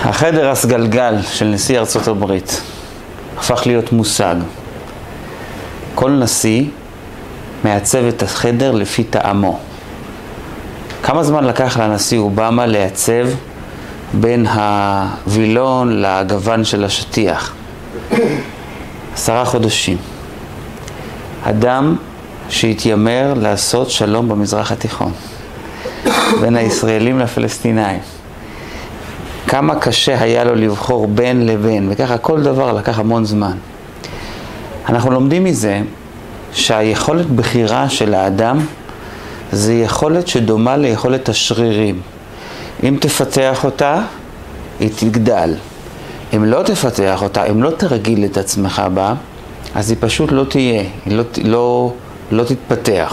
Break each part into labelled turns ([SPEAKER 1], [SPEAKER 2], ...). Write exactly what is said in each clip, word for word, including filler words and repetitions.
[SPEAKER 1] החדר הסגלגל של נשיא ארצות הברית הפך להיות מושג. כל נשיא מעצב את החדר לפי טעמו. כמה זמן לקח לנשיא אובמה לעצב בין הווילון לגוון של השטיח? עשרה חודשים. אדם שהתיימר לעשות שלום במזרח התיכון בין הישראלים לפלסטינאים. כמה קשה היה לו לבחור בין לבין, וככה כל דבר לקח המון זמן. אנחנו לומדים מזה שהיכולת בחירה של האדם זה יכולת שדומה ליכולת השרירים. אם תפתח אותה, היא תגדל. אם לא תפתח אותה, אם לא תרגיל את עצמך בה, אז היא פשוט לא תהיה, היא לא, לא, לא תתפתח.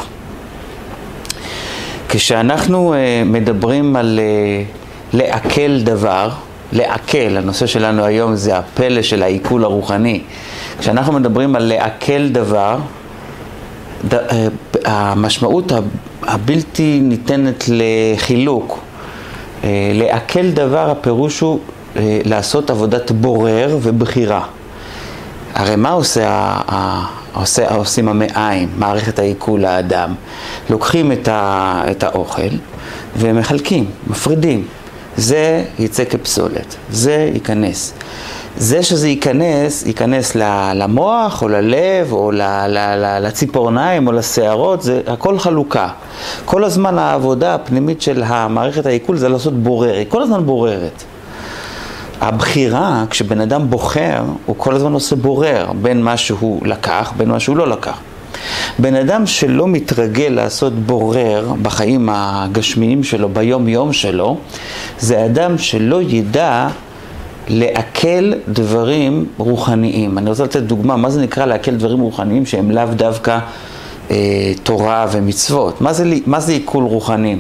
[SPEAKER 1] כשאנחנו uh, מדברים על uh, לעכל דבר, לעכל, הנושא שלנו היום זה הפלא של העיכול הרוחני. כשאנחנו מדברים על לעכל דבר, ד, uh, המשמעות הבלתי ניתנת לחילוק, uh, לעכל דבר הפירוש הוא uh, לעשות עבודת בורר ובחירה. הרי מה עושה, עושה, עושים המעיים, מערכת העיכול לאדם? לוקחים את, ה, את האוכל ומחלקים, מפרידים. זה יצא כפסולת, זה ייכנס. זה שזה ייכנס, ייכנס למוח או ללב או לציפורניים או לשערות, זה הכל חלוקה. כל הזמן העבודה הפנימית של המערכת העיכול זה לעשות בורר, היא כל הזמן בוררת. הבחירה, כשבן אדם בוחר, הוא כל הזמן עושה בורר בין מה שהוא לקח, בין מה שהוא לא לקח. בן אדם שלא מתרגל לעשות בורר בחיים הגשמיים שלו, ביום יום שלו, זה אדם שלא ידע לעכל דברים רוחניים. אני רוצה לתת דוגמה, מה זה נקרא לעכל דברים רוחניים שהם לאו דווקא אה, תורה ומצוות? מה זה, מה זה עיכול רוחניים?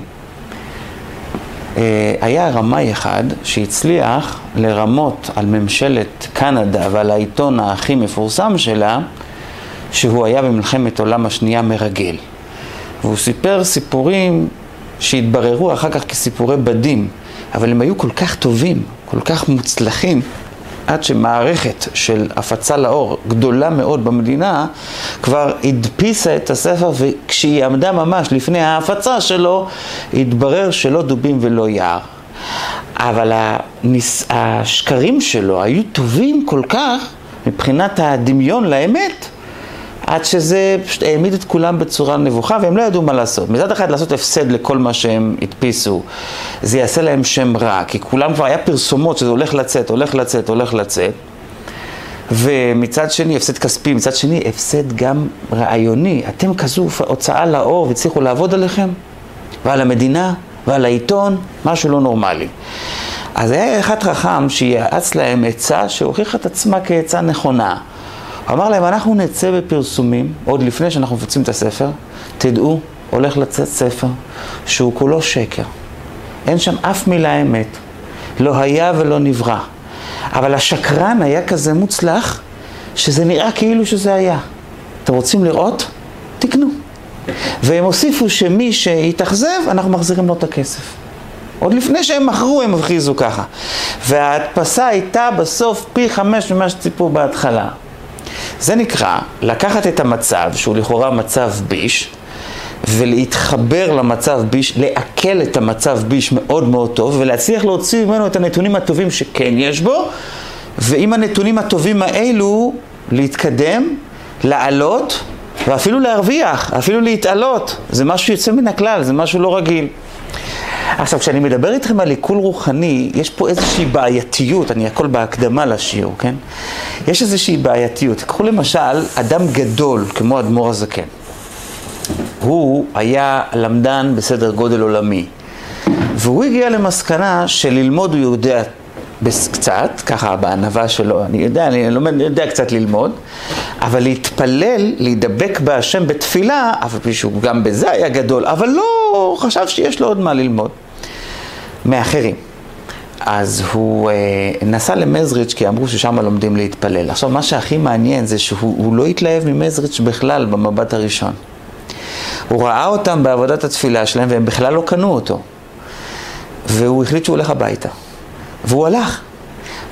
[SPEAKER 1] היה רמאי אחד שהצליח לרמות על ממשלת קנדה ועל העיתון הכי מפורסם שלה שהוא היה במלחמת עולם השנייה מרגל. והוא סיפר סיפורים שהתבררו אחר כך כסיפורי בדים, אבל הם היו כל כך טובים, כל כך מוצלחים, עד שמערכת של הפצה לאור גדולה מאוד במדינה כבר הדפיסה את הספר, וכשהיא עמדה ממש לפני ההפצה שלו התברר שלא דובים ולא יער. אבל הניס... השקרים שלו היו טובים כל כך מבחינת הדמיון לאמת, עד שזה פשוט העמיד את כולם בצורה נבוכה, והם לא ידעו מה לעשות. מצד אחד לעשות הפסד לכל מה שהם הדפיסו, זה יעשה להם שם רע, כי כולם כבר היה פרסומות שזה הולך לצאת, הולך לצאת, הולך לצאת. ומצד שני, הפסד כספי, מצד שני, הפסד גם רעיוני. אתם כזו הוצאה לאור והצליחו לעבוד עליכם, ועל המדינה, ועל העיתון, משהו לא נורמלי. אז היה אחד חכם שיעץ להם עצה שהוכיחה את עצמה כעצה נכונה. הוא אמר להם, אנחנו נצא בפרסומים, עוד לפני שאנחנו מפוצים את הספר, תדעו, הולך לצאת ספר שהוא כולו שקר. אין שם אף מילה אמת, לא היה ולא נברא. אבל השקרן היה כזה מוצלח, שזה נראה כאילו שזה היה. אתם רוצים לראות? תקנו. והם הוסיפו שמי שיתאכזב, אנחנו מחזירים לו את הכסף. עוד לפני שהם מכרו, הם הבחיזו ככה. וההדפסה הייתה בסוף פי חמש ממה שציפו בהתחלה. זה נקרא לקחת את המצב, שהוא לכאורה מצב ביש, ולהתחבר למצב ביש, לעכל את המצב ביש מאוד מאוד טוב, ולהצליח להוציא ממנו את הנתונים הטובים שכן יש בו, ועם הנתונים הטובים האלו להתקדם, לעלות, ואפילו להרוויח, אפילו להתעלות. זה משהו יוצא מן הכלל, זה משהו לא רגיל. עכשיו, כשאני מדבר איתכם על עיכול רוחני, יש פה איזושהי בעייתיות, אני הכל בהקדמה לשיעור, כן? יש איזושהי בעייתיות. קחו למשל, אדם גדול, כמו אדמו"ר הזקן. הוא היה למדן בסדר גודל עולמי. והוא הגיע למסקנה שללמוד הוא יודע קצת, ככה בענווה שלו, אני יודע, אני לא יודע קצת ללמוד, אבל להתפלל, להידבק בהשם בתפילה, אבל שהוא גם בזה היה גדול, אבל לא חשב שיש לו עוד מה ללמוד מאחרים. אז הוא אה, נסע למזריץ' כי אמרו ששם לומדים להתפלל. עכשיו, מה שהכי מעניין זה שהוא לא התלהב ממזריץ' בכלל במבט הראשון. הוא ראה אותם בעבודת התפילה שלהם והם בכלל לא קנו אותו. והוא החליט שהוא הולך הביתה. והוא הלך,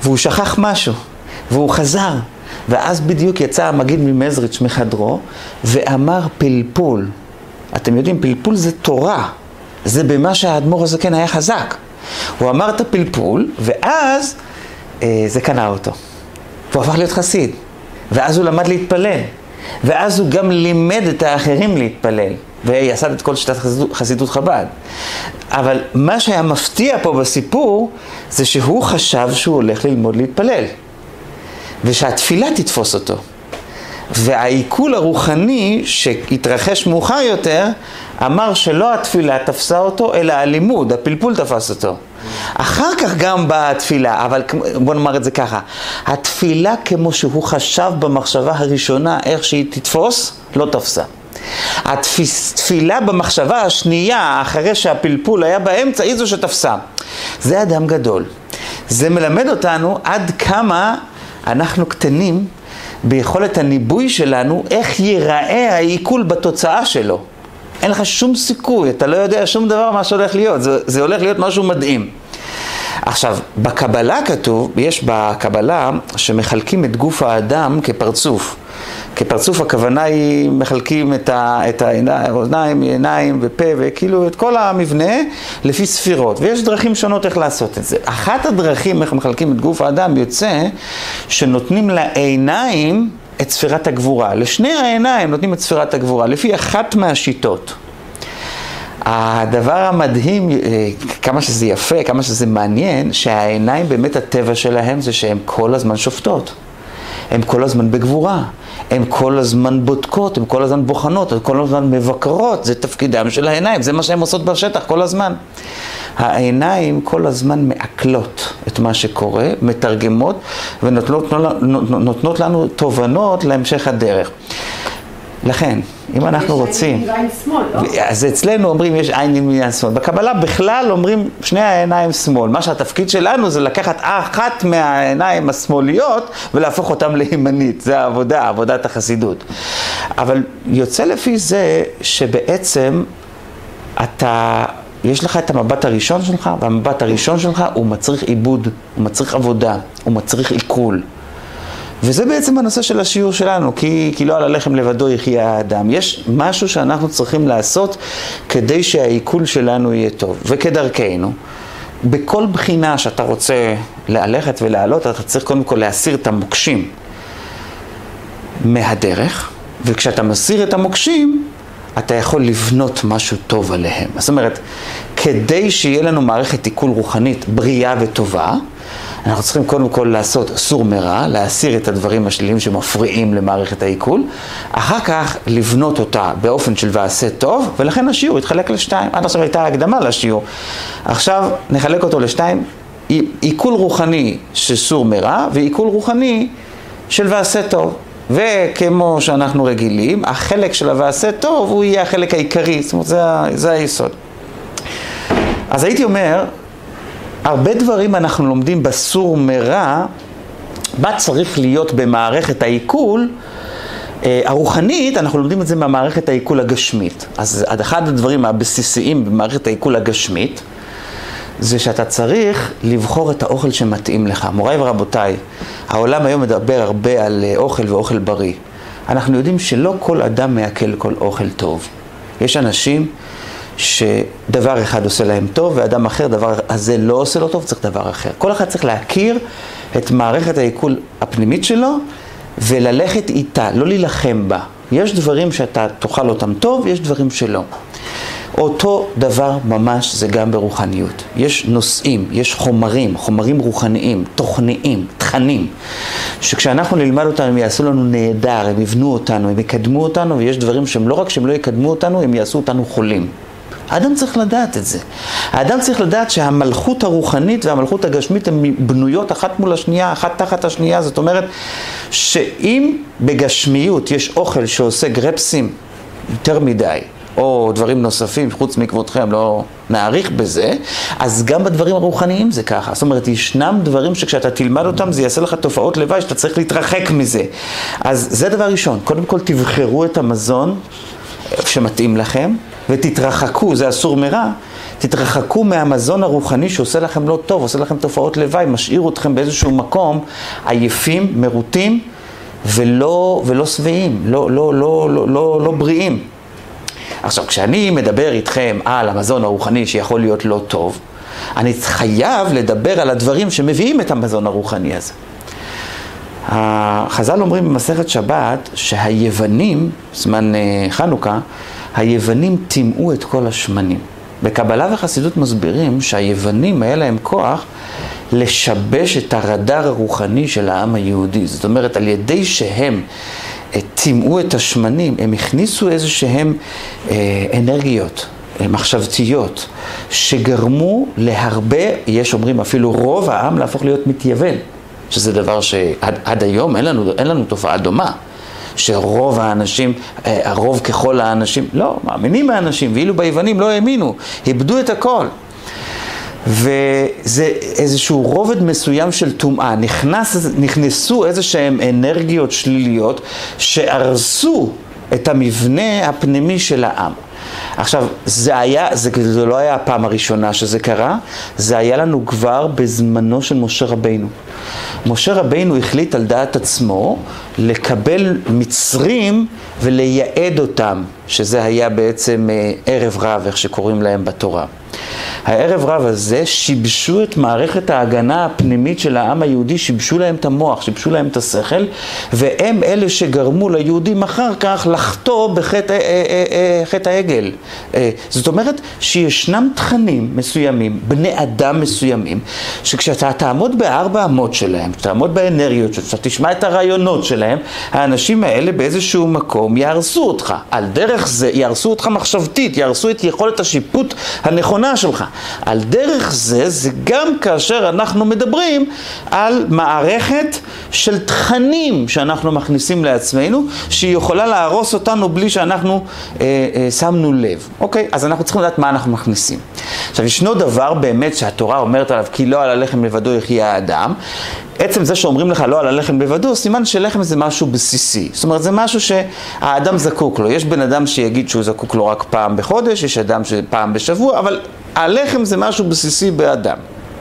[SPEAKER 1] והוא שכח משהו, והוא חזר, ואז בדיוק יצא המגיד ממזריץ' מחדרו, ואמר פלפול. אתם יודעים, פלפול זה תורה, זה במה שהאדמו"ר הזה כן היה חזק. הוא אמר את הפלפול, ואז אה, זה קנה אותו. והוא עבר להיות חסיד, ואז הוא למד להתפלל, ואז הוא גם לימד את האחרים להתפלל, ויסד את כל שיטת חסידות, חסידות חב"ד. אבל מה שהיה מפתיע פה בסיפור, זה שהוא חשב שהוא הולך ללמוד להתפלל, ושהתפילה תתפוס אותו. והעיכול הרוחני שהתרחש מאוחר יותר, אמר שלא התפילה תפסה אותו, אלא הלימוד, הפלפול תפס אותו. אחר כך גם באה התפילה, אבל בוא נאמר את זה ככה, התפילה כמו שהוא חשב במחשבה הראשונה, איך שהיא תתפוס, לא תפסה. התפילה במחשבה השנייה, אחרי שהפלפול היה באמצע, היא זו שתפסה. זה אדם גדול. זה מלמד אותנו עד כמה אנחנו קטנים ביכולת הניבוי שלנו, איך ייראה העיכול בתוצאה שלו. אין לך שום סיכוי, אתה לא יודע שום דבר מה שהולך להיות, זה, זה הולך להיות משהו מדהים. עכשיו, בקבלה כתוב, יש בקבלה שמחלקים את גוף האדם כפרצוף. כפרצוף הכוונה היא מחלקים את, ה, את האוזניים, עיניים ופה וכאילו את כל המבנה לפי ספירות. ויש דרכים שונות איך לעשות את זה. אחת הדרכים איך מחלקים את גוף האדם יוצא שנותנים לעיניים את ספירת הגבורה. לשני העיניים נותנים את ספירת הגבורה לפי אחת מהשיטות. הדבר המדהים, כמה שזה יפה, כמה שזה מעניין, שהעיניים באמת הטבע שלהם זה שהן כל הזמן שופטות. הן כל הזמן בגבורה, הן כל הזמן בודקות, הן כל הזמן בוחנות, הן כל הזמן מבקרות, זה תפקידם של העיניים, זה מה שהן עושות בשטח כל הזמן. העיניים כל הזמן מעכלות את מה שקורה, מתרגמות ונותנות נותנות לנו תובנות להמשך הדרך. לכן, אם אנחנו רוצים... יש עין שמאל, לא? אז אצלנו אומרים יש עין ימין שמאל. בקבלה בכלל אומרים שני העיניים שמאל. מה שהתפקיד שלנו זה לקחת אחת מהעיניים השמאליות ולהפוך אותם לימנית. זה העבודה, עבודת החסידות. אבל יוצא לפי זה שבעצם אתה... יש לך את המבט הראשון שלך, והמבט הראשון שלך הוא מצריך עיבוד, הוא מצריך עבודה, הוא מצריך עיכול. וזה בעצם הנושא של השיעור שלנו, כי, כי לא על הלחם לבדו יחיה האדם. יש משהו שאנחנו צריכים לעשות כדי שהעיכול שלנו יהיה טוב. וכדרכנו, בכל בחינה שאתה רוצה ללכת ולעלות, אתה צריך קודם כל להסיר את המוקשים מהדרך, וכשאתה מסיר את המוקשים, אתה יכול לבנות משהו טוב עליהם. זאת אומרת, כדי שיהיה לנו מערכת עיכול רוחנית בריאה וטובה, אנחנו צריכים קודם כל לעשות סור מרע, להסיר את הדברים השליליים שמפריעים למערכת העיכול, אחר כך לבנות אותה באופן של ועשה טוב, ולכן השיעור יתחלק לשתיים. עד עכשיו הייתה הקדמה לשיעור. עכשיו נחלק אותו לשתיים, עיכול רוחני של סור מרע, ועיכול רוחני של ועשה טוב. וכמו שאנחנו רגילים, החלק של הוועשה טוב הוא יהיה החלק העיקרי, זאת אומרת, זה, זה היסוד. אז הייתי אומר, הרבה דברים אנחנו לומדים בסור מרע, מה צריך להיות במערכת העיכול, הרוחנית, אנחנו לומדים את זה מהמערכת העיכול הגשמית. אז אחד הדברים הבסיסיים במערכת העיכול הגשמית, זה שאתה צריך לבחור את האוכל שמתאים לך. מוריי ורבותיי, העולם היום מדבר הרבה על אוכל ואוכל בריא. אנחנו יודעים שלא כל אדם מעכל כל אוכל טוב. יש אנשים שדבר אחד עושה להם טוב, ואדם אחר דבר הזה לא עושה לו טוב, צריך דבר אחר. כל אחד צריך להכיר את מערכת העיכול הפנימית שלו, וללכת איתה, לא להילחם בה. יש דברים שאתה תאכל אותם טוב, יש דברים שלא. אותו דבר ממש זה גם ברוחניות. יש נושאים, יש חומרים, חומרים רוחניים, תוכניים, תכנים, שכשאנחנו נלמד אותם הם יעשו לנו נהדר, הם יבנו אותנו, הם יקדמו אותנו, ויש דברים שהם לא רק שהם לא יקדמו אותנו, הם יעשו אותנו חולים. האדם צריך לדעת את זה. האדם צריך לדעת שהמלכות הרוחנית והמלכות הגשמית הן בנויות אחת מול השנייה, אחת תחת השנייה. זאת אומרת שאם בגשמיות יש אוכל שעושה גרפסים יותר מדי, או דברים נוספים, חוץ מכבודכם, לא נעריך בזה, אז גם בדברים הרוחניים זה ככה. זאת אומרת, ישנם דברים שכשאתה תלמד אותם, זה יעשה לך תופעות לוואי, שאתה צריך להתרחק מזה. אז זה דבר ראשון. קודם כל תבחרו את המזון שמתאים לכם, ותתרחקו, זה אסור מרע, תתרחקו מהמזון הרוחני שעושה לכם לא טוב, עושה לכם תופעות לוואי, משאיר אתכם באיזשהו מקום עייפים, מרוטים ולא, ולא שבעים, לא, לא, לא, לא, לא, לא בריאים. עכשיו, כשאני מדבר איתכם על המזון הרוחני שיכול להיות לא טוב, אני חייב לדבר על הדברים שמביאים את המזון הרוחני הזה. החז"ל אומרים במסכת שבת שהיוונים, זמן חנוכה, היוונים טימאו את כל השמנים. בקבלה וחסידות מסבירים שהיוונים היה להם כוח לשבש את הרדאר הרוחני של העם היהודי. זאת אומרת, על ידי שהם טימאו את השמנים, הם הכניסו איזה שהם אה, אנרגיות, מחשבתיות, שגרמו להרבה, יש אומרים אפילו רוב העם להפוך להיות מתייוון, שזה דבר שעד עד היום אין לנו, אין לנו תופעה דומה, שרוב האנשים, הרוב ככל האנשים, לא, מאמינים האנשים, ואילו ביוונים לא האמינו, איבדו את הכל. וזה איזשהו רובד מסוים של טומאה, נכנס, נכנסו איזה שהם אנרגיות שליליות שהרסו את המבנה הפנימי של העם. עכשיו, זה היה, זה, זה לא היה הפעם הראשונה שזה קרה, זה היה לנו כבר בזמנו של משה רבינו. משה רבינו החליט על דעת עצמו לקבל מצרים ולייעד אותם, שזה היה בעצם ערב רב, איך שקוראים להם בתורה. הערב רב הזה שיבשו את מערכת ההגנה הפנימית של העם היהודי, שיבשו להם את המוח, שיבשו להם את השכל, והם אלה שגרמו ליהודים אחר כך לחטוא בחטא חטא העגל. זאת אומרת שישנם תכנים מסוימים, בני אדם מסוימים, שכשאתה תעמוד בארבע אמות שלהם, תעמוד באנרגיות, כשאתה תשמע את הרעיונות שלהם, האנשים האלה באיזשהו מקום יהרסו אותך. על דרך זה יהרסו אותך מחשבתית, יהרסו את יכולת השיפוט הנכונה שלך. על דרך זה, זה גם כאשר אנחנו מדברים על מערכת של תכנים שאנחנו מכניסים לעצמנו, שהיא יכולה להרוס אותנו בלי שאנחנו אה, אה, שמנו לב. אוקיי? אז אנחנו צריכים לדעת מה אנחנו מכניסים. עכשיו, ישנו דבר באמת שהתורה אומרת עליו, כי לא על הלחם לבדו יחיה האדם. עצם זה שאומרים לך לא על הלחם לבדו, סימן שלחם זה משהו בסיסי. זאת אומרת, זה משהו שהאדם זקוק לו. יש בן אדם שיגיד שהוא זקוק לו רק פעם בחודש, יש אדם שפעם בשבוע, אבל הלחם זה משהו בסיסי באדם.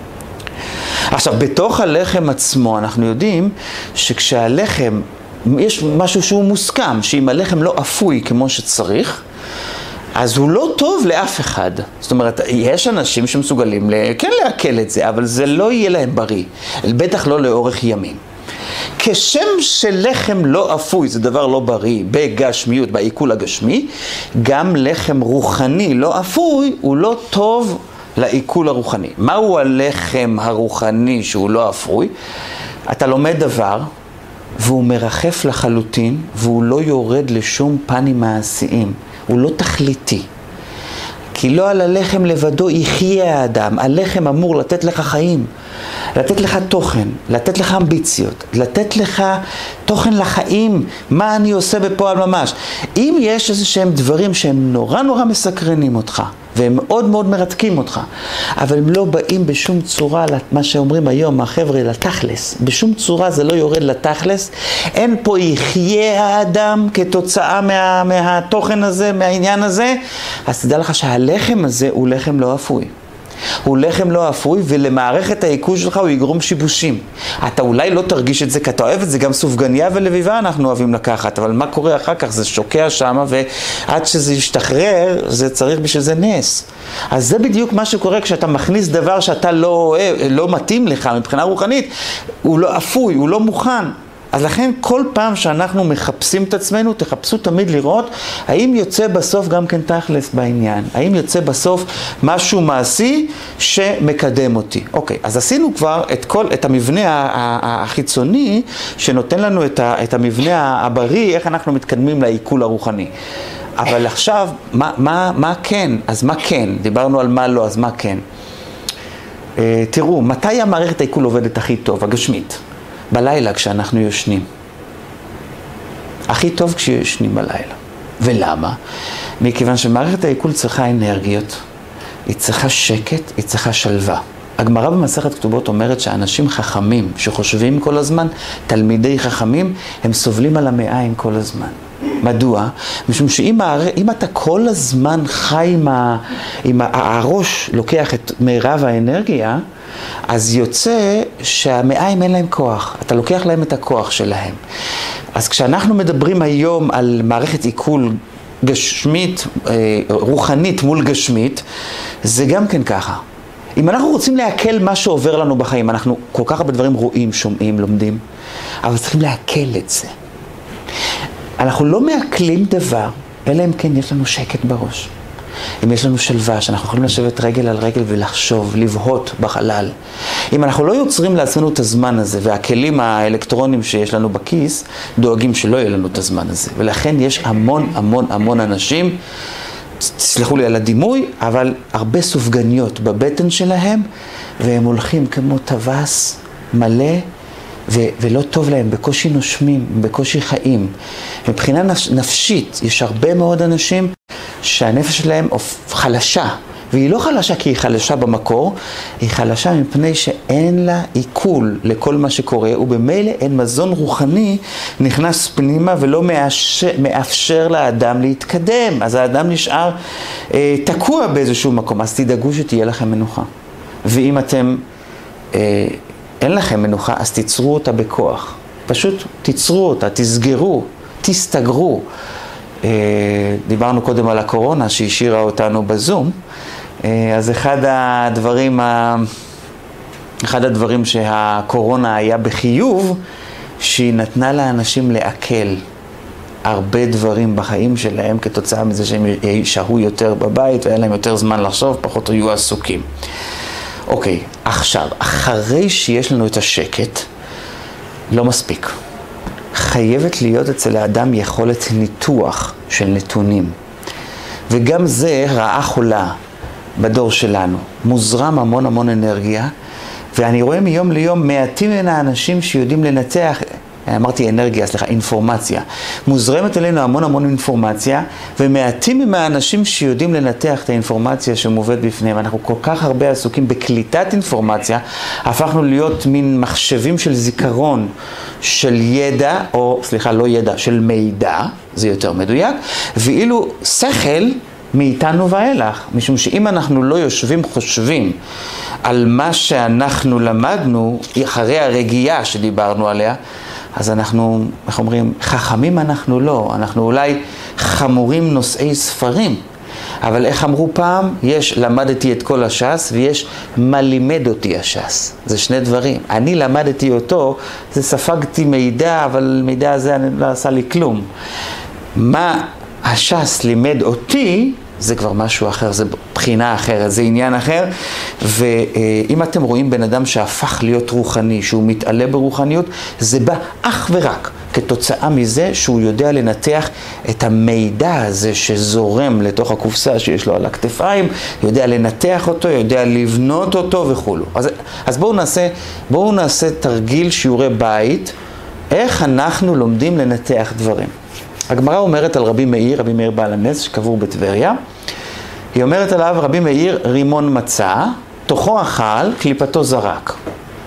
[SPEAKER 1] עכשיו, בתוך הלחם עצמו אנחנו יודעים שכשהלחם, יש משהו שהוא מוסכם, שאם הלחם לא אפוי כמו שצריך, אז הוא לא טוב לאף אחד. זאת אומרת, יש אנשים שמסוגלים כן להקל את זה, אבל זה לא יהיה להם בריא, בטח לא לאורך ימים. כשם שלחם לא אפוי, זה דבר לא בריא בגשמיות, בעיכול הגשמי, גם לחם רוחני לא אפוי, הוא לא טוב לעיכול הרוחני. מהו הלחם הרוחני שהוא לא אפוי? אתה לומד דבר, והוא מרחף לחלוטין, והוא לא יורד לשום פנים מעשיים. הוא לא תכליתי. כי לא על הלחם לבדו יחיה האדם. הלחם אמור לתת לך חיים, לתת לך תוכן, לתת לך אמביציות, לתת לך תוכן לחיים, מה אני עושה בפועל ממש. אם יש איזה שהם דברים שהם נורא נורא מסקרנים אותך, והם מאוד מאוד מרתקים אותך, אבל הם לא באים בשום צורה, מה שאומרים היום החבר'ה, לתכלס. בשום צורה זה לא יורד לתכלס. אין פה יחיה האדם כתוצאה מה, מהתוכן הזה, מהעניין הזה. אז תדע לך שהלחם הזה הוא לחם לא אפוי. הוא לחם לא אפוי, ולמערכת העיכול שלך הוא יגרום שיבושים. אתה אולי לא תרגיש את זה, כי אתה אוהב את זה, גם סופגניה ולביבה אנחנו אוהבים לקחת, אבל מה קורה אחר כך? זה שוקע שם, ועד שזה ישתחרר, זה צריך בשביל זה נס. אז זה בדיוק מה שקורה כשאתה מכניס דבר שאתה לא אוהב, לא מתאים לך מבחינה רוחנית, הוא לא אפוי, הוא לא מוכן. אז לכן כל פעם שאנחנו מחפשים את עצמנו, תחפשו תמיד לראות האם יוצא בסוף גם כן תכלס בעניין. האם יוצא בסוף משהו מעשי שמקדם אותי. אוקיי, אז עשינו כבר את, כל, את המבנה החיצוני שנותן לנו את, ה, את המבנה הבריא, איך אנחנו מתקדמים לעיכול הרוחני. אבל עכשיו, מה, מה, מה כן? אז מה כן? דיברנו על מה לא, אז מה כן? אה, תראו, מתי המערכת העיכול עובדת הכי טוב, הגשמית? בלילה כשאנחנו יושנים. הכי טוב כשיושנים בלילה. ולמה? מכיוון שמערכת העיכול צריכה אנרגיות, היא צריכה שקט, היא צריכה שלווה. הגמרא במסכת כתובות אומרת שאנשים חכמים שחושבים כל הזמן, תלמידי חכמים, הם סובלים על המעיים כל הזמן. מדוע? משום שאם אם אתה כל הזמן חי עם, ה, עם ה, הראש לוקח את מירב האנרגיה, אז יוצא שהמעיים אין להם כוח, אתה לוקח להם את הכוח שלהם. אז כשאנחנו מדברים היום על מערכת עיכול גשמית, רוחנית מול גשמית, זה גם כן ככה. אם אנחנו רוצים להקל מה שעובר לנו בחיים, אנחנו כל כך הרבה דברים רואים, שומעים, לומדים, אבל צריכים להקל את זה. אנחנו לא מעכלים דבר, אלא אם כן יש לנו שקט בראש. אם יש לנו שלווה, שאנחנו יכולים לשבת רגל על רגל ולחשוב, לבהות בחלל. אם אנחנו לא יוצרים לעצמנו את הזמן הזה, והכלים האלקטרונים שיש לנו בכיס, דואגים שלא יהיה לנו את הזמן הזה. ולכן יש המון המון המון אנשים, תסלחו לי על הדימוי, אבל הרבה סופגניות בבטן שלהם, והם הולכים כמו טווס מלא, ו- ולא טוב להם, בקושי נושמים, בקושי חיים. מבחינה נפשית, יש הרבה מאוד אנשים שהנפש שלהם חלשה, והיא לא חלשה כי היא חלשה במקור, היא חלשה מפני שאין לה עיכול לכל מה שקורה, ובמילא אין מזון רוחני נכנס פנימה ולא מאפשר, מאפשר לאדם להתקדם. אז האדם נשאר אה, תקוע באיזשהו מקום, אז תדאגו שתהיה לכם מנוחה. ואם אתם, אה, אין לכם מנוחה, אז תיצרו אותה בכוח. פשוט תיצרו אותה, תסגרו, תסתגרו. דיברנו קודם על הקורונה שהשאירה אותנו בזום, אז אחד הדברים, אחד הדברים שהקורונה היה בחיוב, שהיא נתנה לאנשים לעכל הרבה דברים בחיים שלהם, כתוצאה מזה שהם ישהו יותר בבית והיה להם יותר זמן לחשוב, פחות היו עסוקים. אוקיי, עכשיו, אחרי שיש לנו את השקט, לא מספיק. חייבת להיות אצל האדם יכולת ניתוח של נתונים. וגם זה רעה חולה בדור שלנו. מוזרם המון המון אנרגיה, ואני רואה מיום ליום מעטים מן האנשים שיודעים לנתח, אמרתי אנרגיה, סליחה, אינפורמציה. מוזרמת אלינו המון המון אינפורמציה, ומעטים מהאנשים שיודעים לנתח את האינפורמציה שמובאת בפניהם. אנחנו כל כך הרבה עסוקים בקליטת אינפורמציה, הפכנו להיות מין מחשבים של זיכרון, של ידע, או סליחה, לא ידע, של מידע, זה יותר מדויק, ואילו שכל מאיתנו ואילך, משום שאם אנחנו לא יושבים חושבים על מה שאנחנו למדנו, אחרי הרגיעה שדיברנו עליה, אז אנחנו, איך אומרים, חכמים אנחנו לא, אנחנו אולי חמורים נושאי ספרים, אבל איך אמרו פעם, יש למדתי את כל הש"ס ויש מה לימד אותי הש"ס. זה שני דברים. אני למדתי אותו, זה ספגתי מידע, אבל מידע הזה לא עשה לי כלום. מה הש"ס לימד אותי, זה כבר משהו אחר, זה בחינה אחרת, זה עניין אחר. ואם אתם רואים בן אדם שהפך להיות רוחני, שהוא מתעלה ברוחניות, זה בא אך ורק כתוצאה מזה שהוא יודע לנתח את המידע הזה שזורם לתוך הקופסה שיש לו על הכתפיים, יודע לנתח אותו, יודע לבנות אותו וכו'. אז, אז בואו נעשה, בואו נעשה תרגיל שיעורי בית, איך אנחנו לומדים לנתח דברים. הגמרא אומרת על רבי מאיר, רבי מאיר בעל הנס שקבור בטבריה, היא אומרת עליו, רבי מאיר רימון מצא, תוכו אכל, קליפתו זרק.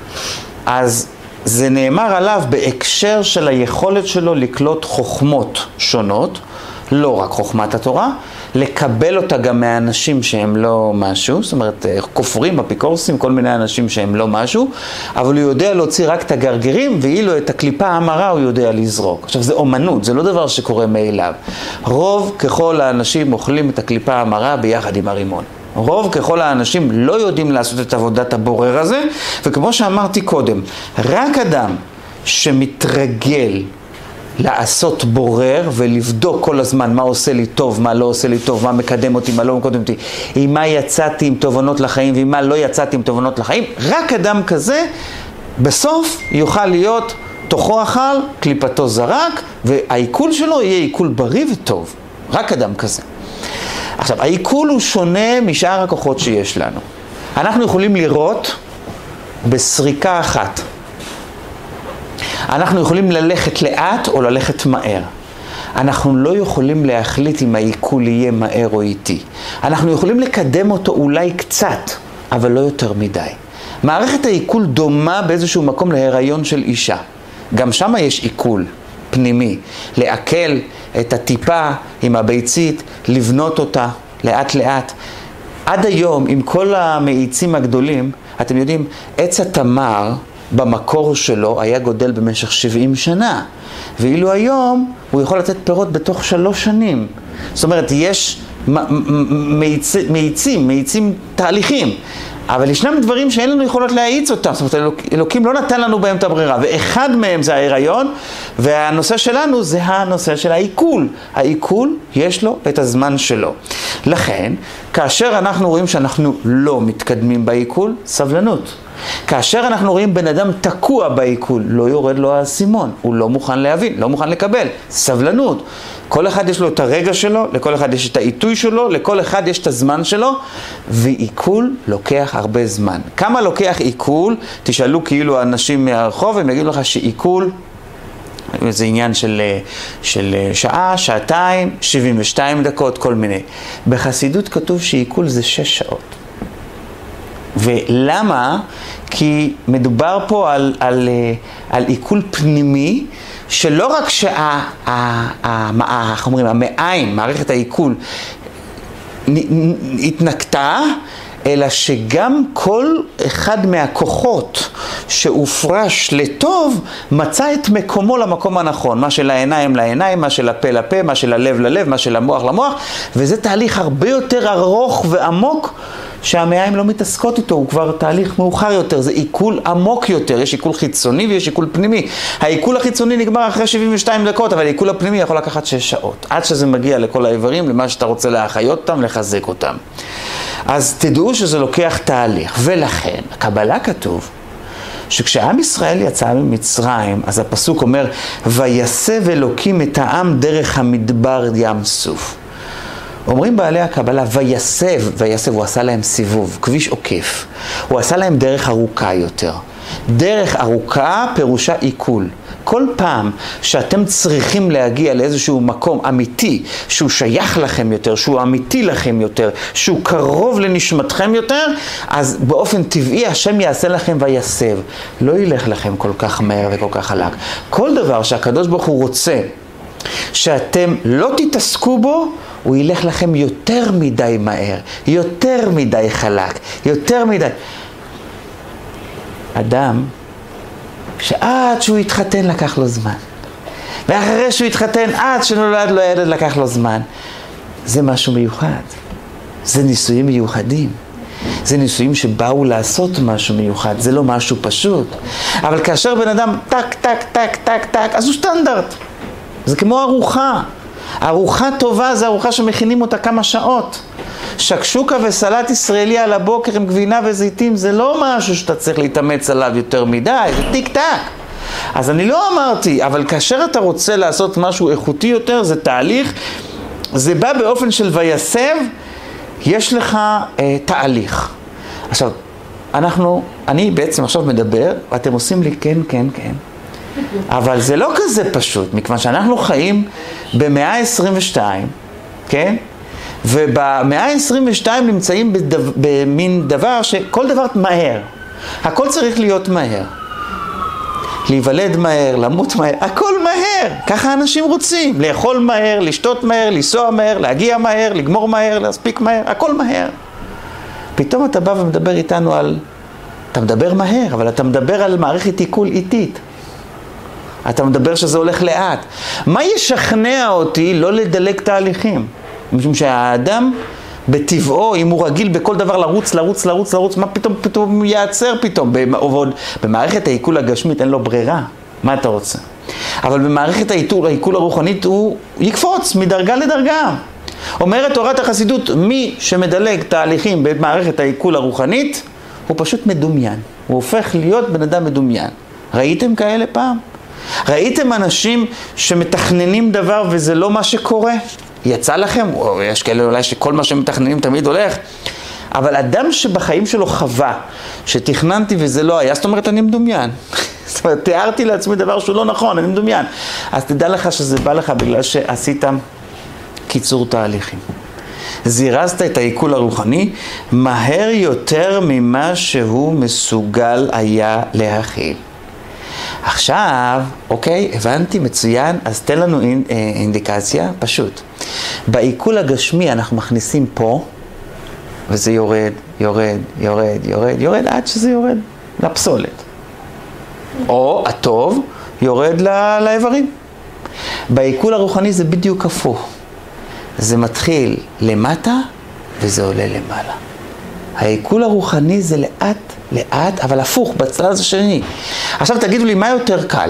[SPEAKER 1] אז זה נאמר עליו בהקשר של היכולת שלו לקלוט חוכמות שונות, לא רק חוכמת התורה, לקבל אותה גם מהאנשים שהם לא משהו, זאת אומרת, כופרים, אפיקורסים, כל מיני אנשים שהם לא משהו, אבל הוא יודע להוציא רק את הגרגירים, ואילו את הקליפה המרה הוא יודע לזרוק. עכשיו, זה אומנות, זה לא דבר שקורה מאליו. רוב ככל האנשים אוכלים את הקליפה המרה ביחד עם הרימון. רוב ככל האנשים לא יודעים לעשות את עבודת הבורר הזה, וכמו שאמרתי קודם, רק אדם שמתרגל לעשות בורר ולבדוק כל הזמן מה עושה לי טוב, מה לא עושה לי טוב, מה מקדם אותי, מה לא מקדם אותי, עם מה יצאתי עם תובנות לחיים ועם מה לא יצאתי עם תובנות לחיים, רק אדם כזה בסוף יוכל להיות תוכו אכל, קליפתו זרק, והעיכול שלו יהיה עיכול בריא וטוב. רק אדם כזה. עכשיו, העיכול הוא שונה משאר הכוחות שיש לנו. אנחנו יכולים לראות בסריקה אחת. אנחנו יכולים ללכת לאט או ללכת מהר. אנחנו לא יכולים להחליט אם העיכול יהיה מהר או איטי. אנחנו יכולים לקדם אותו אולי קצת, אבל לא יותר מדי. מערכת העיכול דומה באיזשהו מקום להיריון של אישה. גם שם יש עיכול, פנימי. לעכל את הטיפה עם הביצית, לבנות אותה לאט לאט. עד היום, עם כל המאיצים הגדולים, אתם יודעים, עץ התמר במקור שלו היה גודל במשך שבעים שנה. ואילו היום הוא יכול לתת פירות בתוך שלוש שנים. זאת אומרת, יש מאיצים, מאיצים, מאיצים תהליכים. אבל ישנם דברים שאין לנו יכולות להאיץ אותם. זאת אומרת, אלוקים לא נתן לנו בהם את הברירה. ואחד מהם זה ההיריון, והנושא שלנו זה הנושא של העיכול. העיכול יש לו את הזמן שלו. לכן, כאשר אנחנו רואים שאנחנו לא מתקדמים בעיכול, סבלנות. כאשר אנחנו רואים בן אדם תקוע בעיכול, לא יורד לו האסימון, הוא לא מוכן להבין, לא מוכן לקבל, סבלנות. כל אחד יש לו את הרגע שלו, לכל אחד יש את העיתוי שלו, לכל אחד יש את הזמן שלו, ועיכול לוקח הרבה זמן. כמה לוקח עיכול? תשאלו כאילו האנשים מהרחוב, הם יגידו לך שעיכול, זה עניין של, של שעה, שעתיים, שבעים ושתיים דקות, כל מיני. בחסידות כתוב שעיכול זה שש שעות. ולמה? כי מדובר פה על, על, על עיכול פנימי, שלא רק שה, ה, ה, איך אומרים, המעיים, מערכת העיכול, התנקתה, אלא שגם כל אחד מהכוחות שהופרש לטוב, מצא את מקומו למקום הנכון. מה של העיניים לעיניים, מה של הפה לפה, מה של הלב ללב, מה של המוח למוח, וזה תהליך הרבה יותר ארוך ועמוק, שהמעיים לא מתעסקות איתו, הוא כבר תהליך מאוחר יותר, זה עיכול עמוק יותר, יש עיכול חיצוני ויש עיכול פנימי. העיכול החיצוני נגמר אחרי שבעים ושתיים דקות, אבל העיכול הפנימי יכול לקחת שש שעות, עד שזה מגיע לכל האיברים, למה שאתה רוצה להחיות אותם, לחזק אותם. אז תדעו שזה לוקח תהליך, ולכן, הקבלה כתוב, שכשעם ישראל יצא ממצרים, אז הפסוק אומר, ויסב אלוקים את העם דרך המדבר ים סוף. אומרים בעלי הקבלה, ויסב, ויסב, הוא עשה להם סיבוב, כביש עוקף. הוא עשה להם דרך ארוכה יותר. דרך ארוכה פירושה עיכול. כל פעם שאתם צריכים להגיע לאיזשהו מקום אמיתי, שהוא שייך לכם יותר, שהוא אמיתי לכם יותר, שהוא קרוב לנשמתכם יותר, אז באופן טבעי השם יעשה לכם ויסב. לא ילך לכם כל כך מהר וכל כך חלק. כל דבר שהקדוש ברוך הוא רוצה, שאתם לא תתעסקו בו, הוא ילך לכם יותר מדי מהר, יותר מדי חלק, יותר מדי. אדם, שעד שהוא התחתן לקח לו זמן, ואחרי שהוא התחתן, עד שנולד לו ילד לקח לו זמן. זה משהו מיוחד, זה ניסויים מיוחדים, זה ניסויים שבאו לעשות משהו מיוחד, זה לא משהו פשוט. אבל כאשר בן אדם טק, טק, טק, טק, טק, אז הוא סטנדרט. זה כמו ארוחה. ארוחה טובה זה ארוחה שמכינים אותה כמה שעות. שקשוקה וסלט ישראלי על הבוקר עם גבינה וזיתים, זה לא משהו שאתה צריך להתאמץ עליו יותר מדי, זה טיק טק. אז אני לא אמרתי, אבל כאשר אתה רוצה לעשות משהו איכותי יותר, זה תהליך, זה בא באופן של ויסב, יש לך אה, תהליך. עכשיו, אנחנו, אני בעצם עכשיו מדבר, ואתם עושים לי כן, כן, כן. אבל זה לא כזה פשוט, מכיוון שאנחנו חיים במאה ה-עשרים ושתיים, כן? ובמאה ה-עשרים ושתיים נמצאים בדו, במין דבר שכל דבר מהר. הכל צריך להיות מהר. להיוולד מהר, למות מהר, הכל מהר. ככה אנשים רוצים. לאכול מהר, לשתות מהר, לנסוע מהר, להגיע מהר, לגמור מהר, להספיק מהר, הכל מהר. פתאום אתה בא ומדבר איתנו על... אתה מדבר מהר, אבל אתה מדבר על מערכת עיכול איטית. אתה מדבר שזה הולך לאט. מה ישכנע אותי לא לדלג תהליכים? משום שהאדם בטבעו, אם הוא רגיל בכל דבר לרוץ, לרוץ, לרוץ, לרוץ, מה פתאום, פתאום הוא יעצר פתאום? במערכת העיכול הגשמית אין לו ברירה. מה אתה רוצה? אבל במערכת העיכול הרוחנית הוא יקפוץ מדרגה לדרגה. אומרת תורת החסידות, מי שמדלג תהליכים במערכת העיכול הרוחנית, הוא פשוט מדומיין. הוא הופך להיות בן אדם מדומיין. ראיתם כאלה פעם? ראיתם אנשים שמתכננים דבר וזה לא מה שקורה? יצא לכם? או יש כאלה אולי שכל מה שמתכננים תמיד הולך. אבל אדם שבחיים שלו חווה, שתכננתי וזה לא היה, זאת אומרת אני מדומיין. זאת אומרת, תיארתי לעצמי דבר שהוא לא נכון, אני מדומיין. אז תדע לך שזה בא לך בגלל שעשית קיצור תהליכים. זירזת את העיכול הרוחני מהר יותר ממה שהוא מסוגל היה להכיל. עכשיו, אוקיי, הבנתי, מצוין, אז תן לנו אינדיקציה, פשוט. בעיכול הגשמי אנחנו מכניסים פה, וזה יורד, יורד, יורד, יורד, יורד, עד שזה יורד לפסולת. או, הטוב, יורד לאיברים. בעיכול הרוחני זה בדיוק הפוך. זה מתחיל למטה, וזה עולה למעלה. העיכול הרוחני זה לאט, לאט, אבל הפוך, בצד השני. עכשיו תגידו לי, מה יותר קל?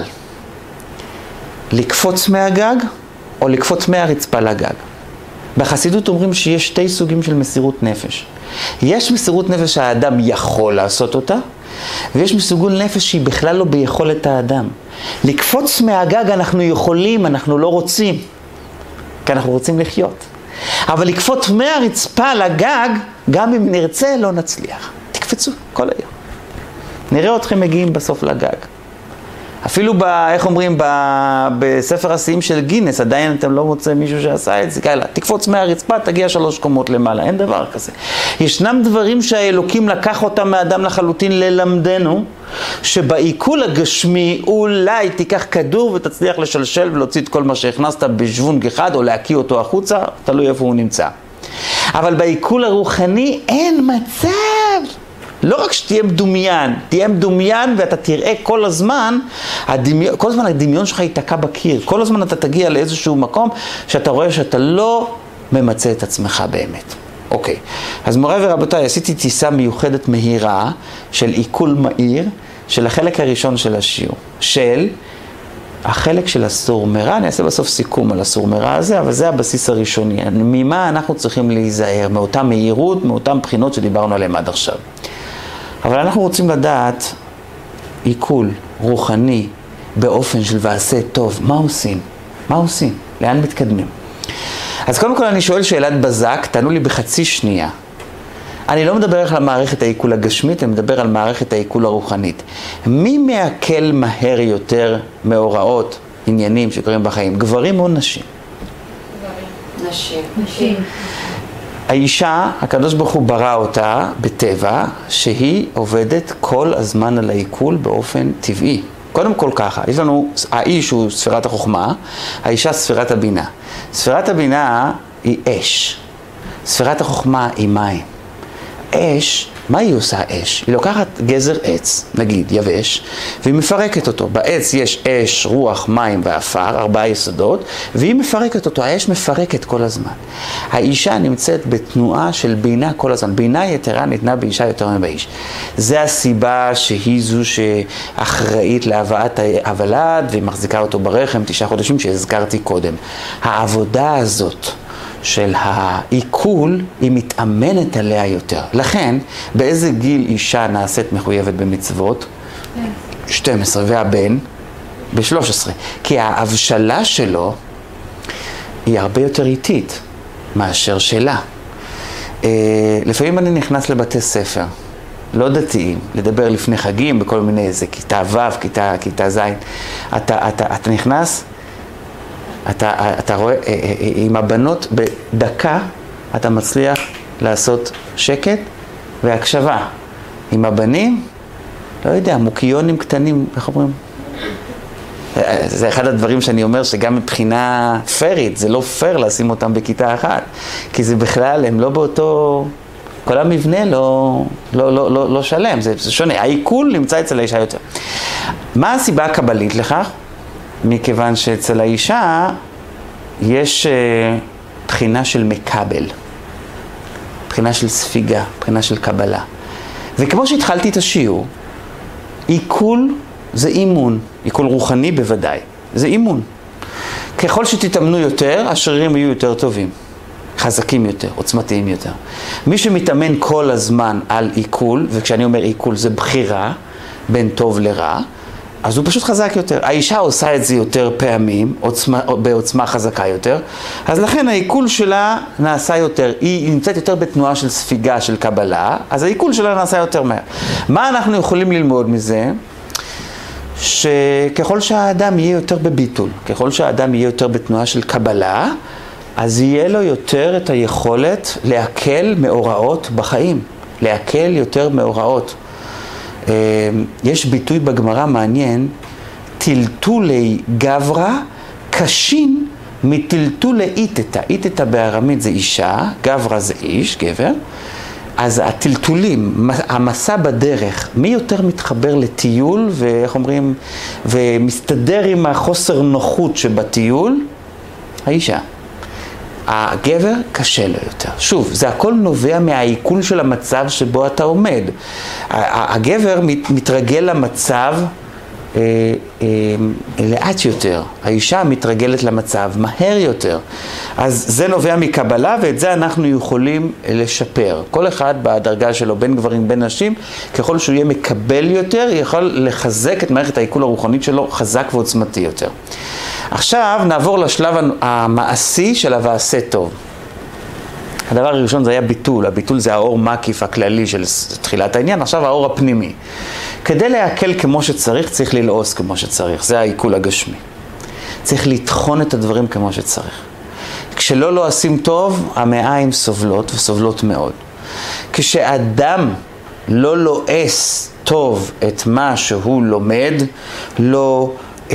[SPEAKER 1] לקפוץ מהגג, או לקפוץ מהרצפה לגג? בחסידות אומרים שיש שתי סוגים של מסירות נפש. יש מסירות נפש שהאדם יכול לעשות אותה, ויש מסירות נפש שהיא בכלל לא ביכולת האדם. לקפוץ מהגג אנחנו יכולים, אנחנו לא רוצים, כי אנחנו רוצים לחיות. אבל לקפוץ מהרצפה לגג, גם אם נרצה, לא נצליח. תקפצו כל היום. נראה אתכם מגיעים בסוף לגג. אפילו, ב, איך אומרים, ב, בספר השיאים של גינס, עדיין אתם לא מוצאים מישהו שעשה את זה, כאלה, תקפוץ מהרצפה, תגיע שלוש קומות למעלה, אין דבר כזה. ישנם דברים שהאלוקים לקח אותם מאדם לחלוטין ללמדנו, שבעיכול הגשמי אולי תיקח כדור ותצליח לשלשל ולהוציא את כל מה שהכנסת בשוונג אחד, או להקיא אותו החוצה, תלוי איפה הוא נמצא. אבל בעיכול הרוחני אין מצב. לא רק שתהיה מדומיין, תהיה מדומיין ואתה תראה כל הזמן, הדמיון, כל הזמן הדמיון שלך ייתקע בקיר, כל הזמן אתה תגיע לאיזשהו מקום שאתה רואה שאתה לא ממצא את עצמך באמת. אוקיי, אז מוריי ורבותיי, עשיתי טיסה מיוחדת מהירה של עיכול מהיר, של החלק הראשון של השיעור, של החלק של הסור מרע. אני אעשה בסוף סיכום על הסור מרע הזה, אבל זה הבסיס הראשוני. ממה אנחנו צריכים להיזהר? מאותה מהירות, מאותן בחינות שדיברנו עליהן עד עכשיו. אבל אנחנו רוצים לדעת עיכול רוחני באופן של ועשה טוב. מה עושים? מה עושים? לאן מתקדמים? אז קודם כל אני שואל שאלת בזק, תענו לי בחצי שנייה. אני לא מדבר על מערכת העיכול הגשמית, אני מדבר על מערכת העיכול הרוחנית. מי מעכל מהר יותר מאורעות, עניינים שקורים בחיים? גברים או נשים?
[SPEAKER 2] גברים. נשים. נשים.
[SPEAKER 1] האישה, הקדוש ברוך הוא ברא אותה בטבע, שהיא עובדת כל הזמן על העיכול באופן טבעי. קודם כל ככה, יש לנו, האיש הוא ספירת החוכמה, האישה ספירת הבינה. ספירת הבינה היא אש, ספירת החוכמה היא מים. אש, מה היא עושה אש? היא לוקחת גזר עץ, נגיד יבש, והיא מפרקת אותו. בעץ יש אש, רוח, מים ואפר, ארבעה יסודות, והיא מפרקת אותו. האש מפרקת כל הזמן. האישה נמצאת בתנועה של בינה כל הזמן. בינה יתרה ניתנה באישה יותר מבאיש. זה הסיבה שהיא זו שאחראית להבאת הוולד, והיא מחזיקה אותו ברחם תשעה חודשים שהזכרתי קודם. העבודה הזאת של העיכול היא מתאמנת עליה יותר. לכן, באיזה גיל אישה נעשית מחויבת במצוות? שתים עשרה, והבן ב-שלוש עשרה. כי ההבשלה שלו היא הרבה יותר איטית מאשר שלה. לפעמים אני נכנס לבתי ספר, לא דתיים, לדבר לפני חגים, בכל מיני, איזה כיתה ו', כיתה, כיתה ז'. אתה, אתה, אתה נכנס, אתה, אתה רואה, עם הבנות בדקה אתה מצליח לעשות שקט והקשבה. עם הבנים, לא יודע, מוקיונים קטנים, איך אומרים? זה אחד הדברים שאני אומר שגם מבחינה פרית, זה לא פר לשים אותם בכיתה אחת. כי זה בכלל, הם לא באותו, כל המבנה לא, לא, לא, לא, לא שלם, זה, זה שונה. העיכול נמצא אצל האישה יותר. מה הסיבה הקבלית לכך? מכיוון שאצל האישה יש uh, בחינה של מקבל, בחינה של ספיגה, בחינה של קבלה. וכמו שהתחלתי את השיעור, עיכול זה אימון, עיכול רוחני בוודאי, זה אימון. ככל שתתאמנו יותר, השרירים יהיו יותר טובים, חזקים יותר, עוצמתיים יותר. מי שמתאמן כל הזמן על עיכול, וכשאני אומר עיכול זה בחירה בין טוב לרע, אז הוא פשוט חזק יותר. האישה עושה את זה יותר פעמים, עוצמה, בעוצמה חזקה יותר, אז לכן העיכול שלה נעשה יותר, היא נמצאת יותר בתנועה של ספיגה, של קבלה, אז העיכול שלה נעשה יותר מהר. מה אנחנו יכולים ללמוד מזה? שככל שהאדם יהיה יותר בביטול, ככל שהאדם יהיה יותר בתנועה של קבלה, אז יהיה לו יותר את היכולת להקל מאורעות בחיים, להקל יותר מאורעות. יש ביטוי בגמרא מעניין, טלטולי גברא קשין מטלטולי איתתה. איתתה בארמית זה אישה, גברא זה איש, גבר. אז הטלטולים, המסע בדרך, מי יותר מתחבר לטיול, ואיך אומרים, ומסתדר עם החוסר נוחות שבטיול? האישה. הגבר קשה לו יותר. שוב, זה הכל נובע מהעיכול של המצב שבו אתה עומד. הגבר מתרגל למצב אה, אה, לאט יותר. האישה מתרגלת למצב מהר יותר. אז זה נובע מקבלה, ואת זה אנחנו יכולים לשפר. כל אחד בדרגה שלו, בין גברים, בין נשים, ככל שהוא יהיה מקבל יותר, יכול לחזק את מערכת העיכול הרוחנית שלו חזק ועוצמתי יותר. עכשיו נעבור לשלב המעשי של הוועשה טוב. הדבר הראשון זה היה ביטול. הביטול זה האור מקיף הכללי של תחילת העניין, עכשיו האור הפנימי. כדי להקל כמו שצריך, צריך ללעוס כמו שצריך. זה העיכול הגשמי. צריך לטחון את הדברים כמו שצריך. כשלא לועשים טוב, המעיים סובלות וסובלות מאוד. כשאדם לא לועס טוב את מה שהוא לומד, לא אה,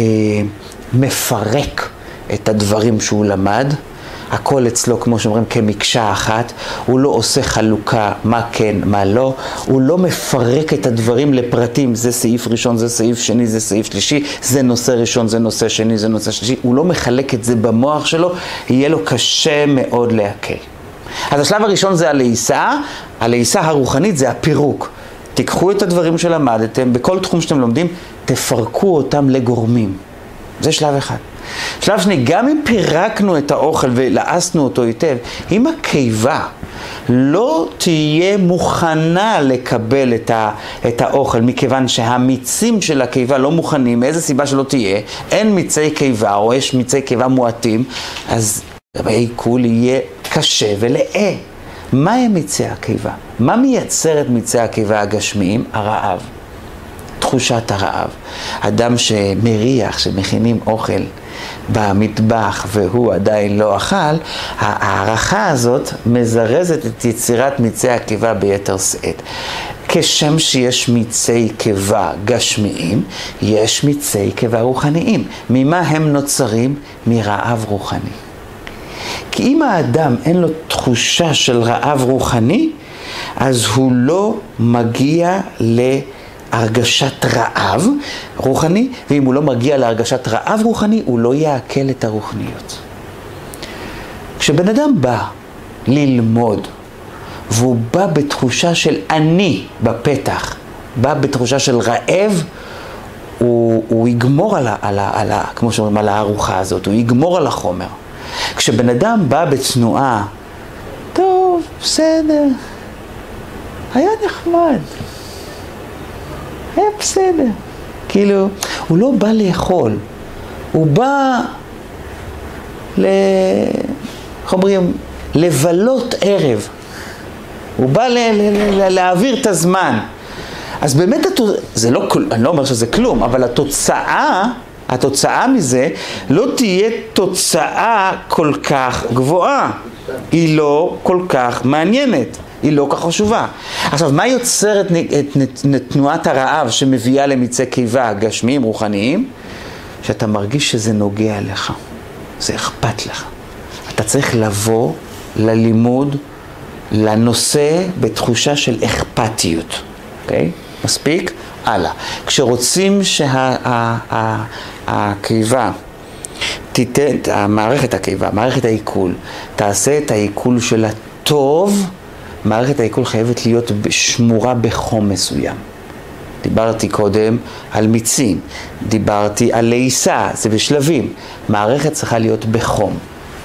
[SPEAKER 1] מפרק את הדברים שהוא למד, הכל אצלו, כמו שאומרים, כמקשה אחת, הוא לא עושה חלוקה מה כן, מה לא, הוא לא מפרק את הדברים לפרטים, זה סעיף ראשון, זה סעיף שני, זה סעיף שלישי, זה נושא ראשון, זה נושא שני, זה נושא שלישי, הוא לא מחלק את זה במוח שלו, יהיה לו קשה מאוד להקל. אז השלב הראשון זה הלעיסה, הלעיסה הרוחנית זה הפירוק. תיקחו את הדברים שלמדתם, בכל תחום שאתם לומדים, תפרקו אותם לגורמים. זה שלב אחד. שלב שני, גם אם פירקנו את האוכל ולעסנו אותו היטב, אם הקיבה לא תהיה מוכנה לקבל את, ה, את האוכל, מכיוון שהמיצים של הקיבה לא מוכנים, מאיזה סיבה שלא תהיה, אין מיצי קיבה או יש מיצי קיבה מועטים, אז העיכול יהיה קשה ולאה. מה הם מיצי הקיבה? מה מייצר את מיצי הקיבה הגשמיים? הרעב. תחושת הרעב. אדם שמריח, שמכינים אוכל במטבח והוא עדיין לא אכל, הערכה הזאת מזרזת את יצירת מיצי הקיבה ביתר שאת. כשם שיש מיצי קיבה גשמיים, יש מיצי קיבה רוחניים. ממה הם נוצרים? מרעב רוחני. כי אם האדם אין לו תחושה של רעב רוחני, אז הוא לא מגיע להרגשת רעב רוחני, ואם הוא לא מגיע להרגשת רעב רוחני, הוא לא יעכל את הרוחניות. כשבן אדם בא ללמוד, והוא בא בתחושה של אני בפתח, בא בתחושה של רעב, הוא, הוא יגמור על, ה, על, ה, על ה, כמו שאומרים, על הארוחה הזאת, הוא יגמור על החומר. כשבן אדם בא בתנועה, טוב, בסדר, היה נחמד, היה בסדר. כאילו, הוא לא בא לאכול, הוא בא ל... איך אומרים? לבלות ערב. הוא בא ל... ל... ל... להעביר את הזמן. אז באמת, זה לא, אני לא אומר שזה כלום, אבל התוצאה, התוצאה מזה לא תהיה תוצאה כל כך גבוהה. היא לא כל כך מעניינת. היא לא כך חשובה. עכשיו, מה יוצר את, את, את, את תנועת הרעב שמביאה למיצי קיבה גשמיים, רוחניים? שאתה מרגיש שזה נוגע לך. זה אכפת לך. אתה צריך לבוא ללימוד, לנושא, בתחושה של אכפתיות. אוקיי? מספיק? הלאה. כשרוצים שהקיבה תיתן, המערכת הקיבה, מערכת העיכול, תעשה את העיכול של הטוב, מערכת העיכול חייבת להיות שמורה בחום מסוים. דיברתי קודם על מיצים, דיברתי על לעיסה, זה בשלבים. מערכת צריכה להיות בחום.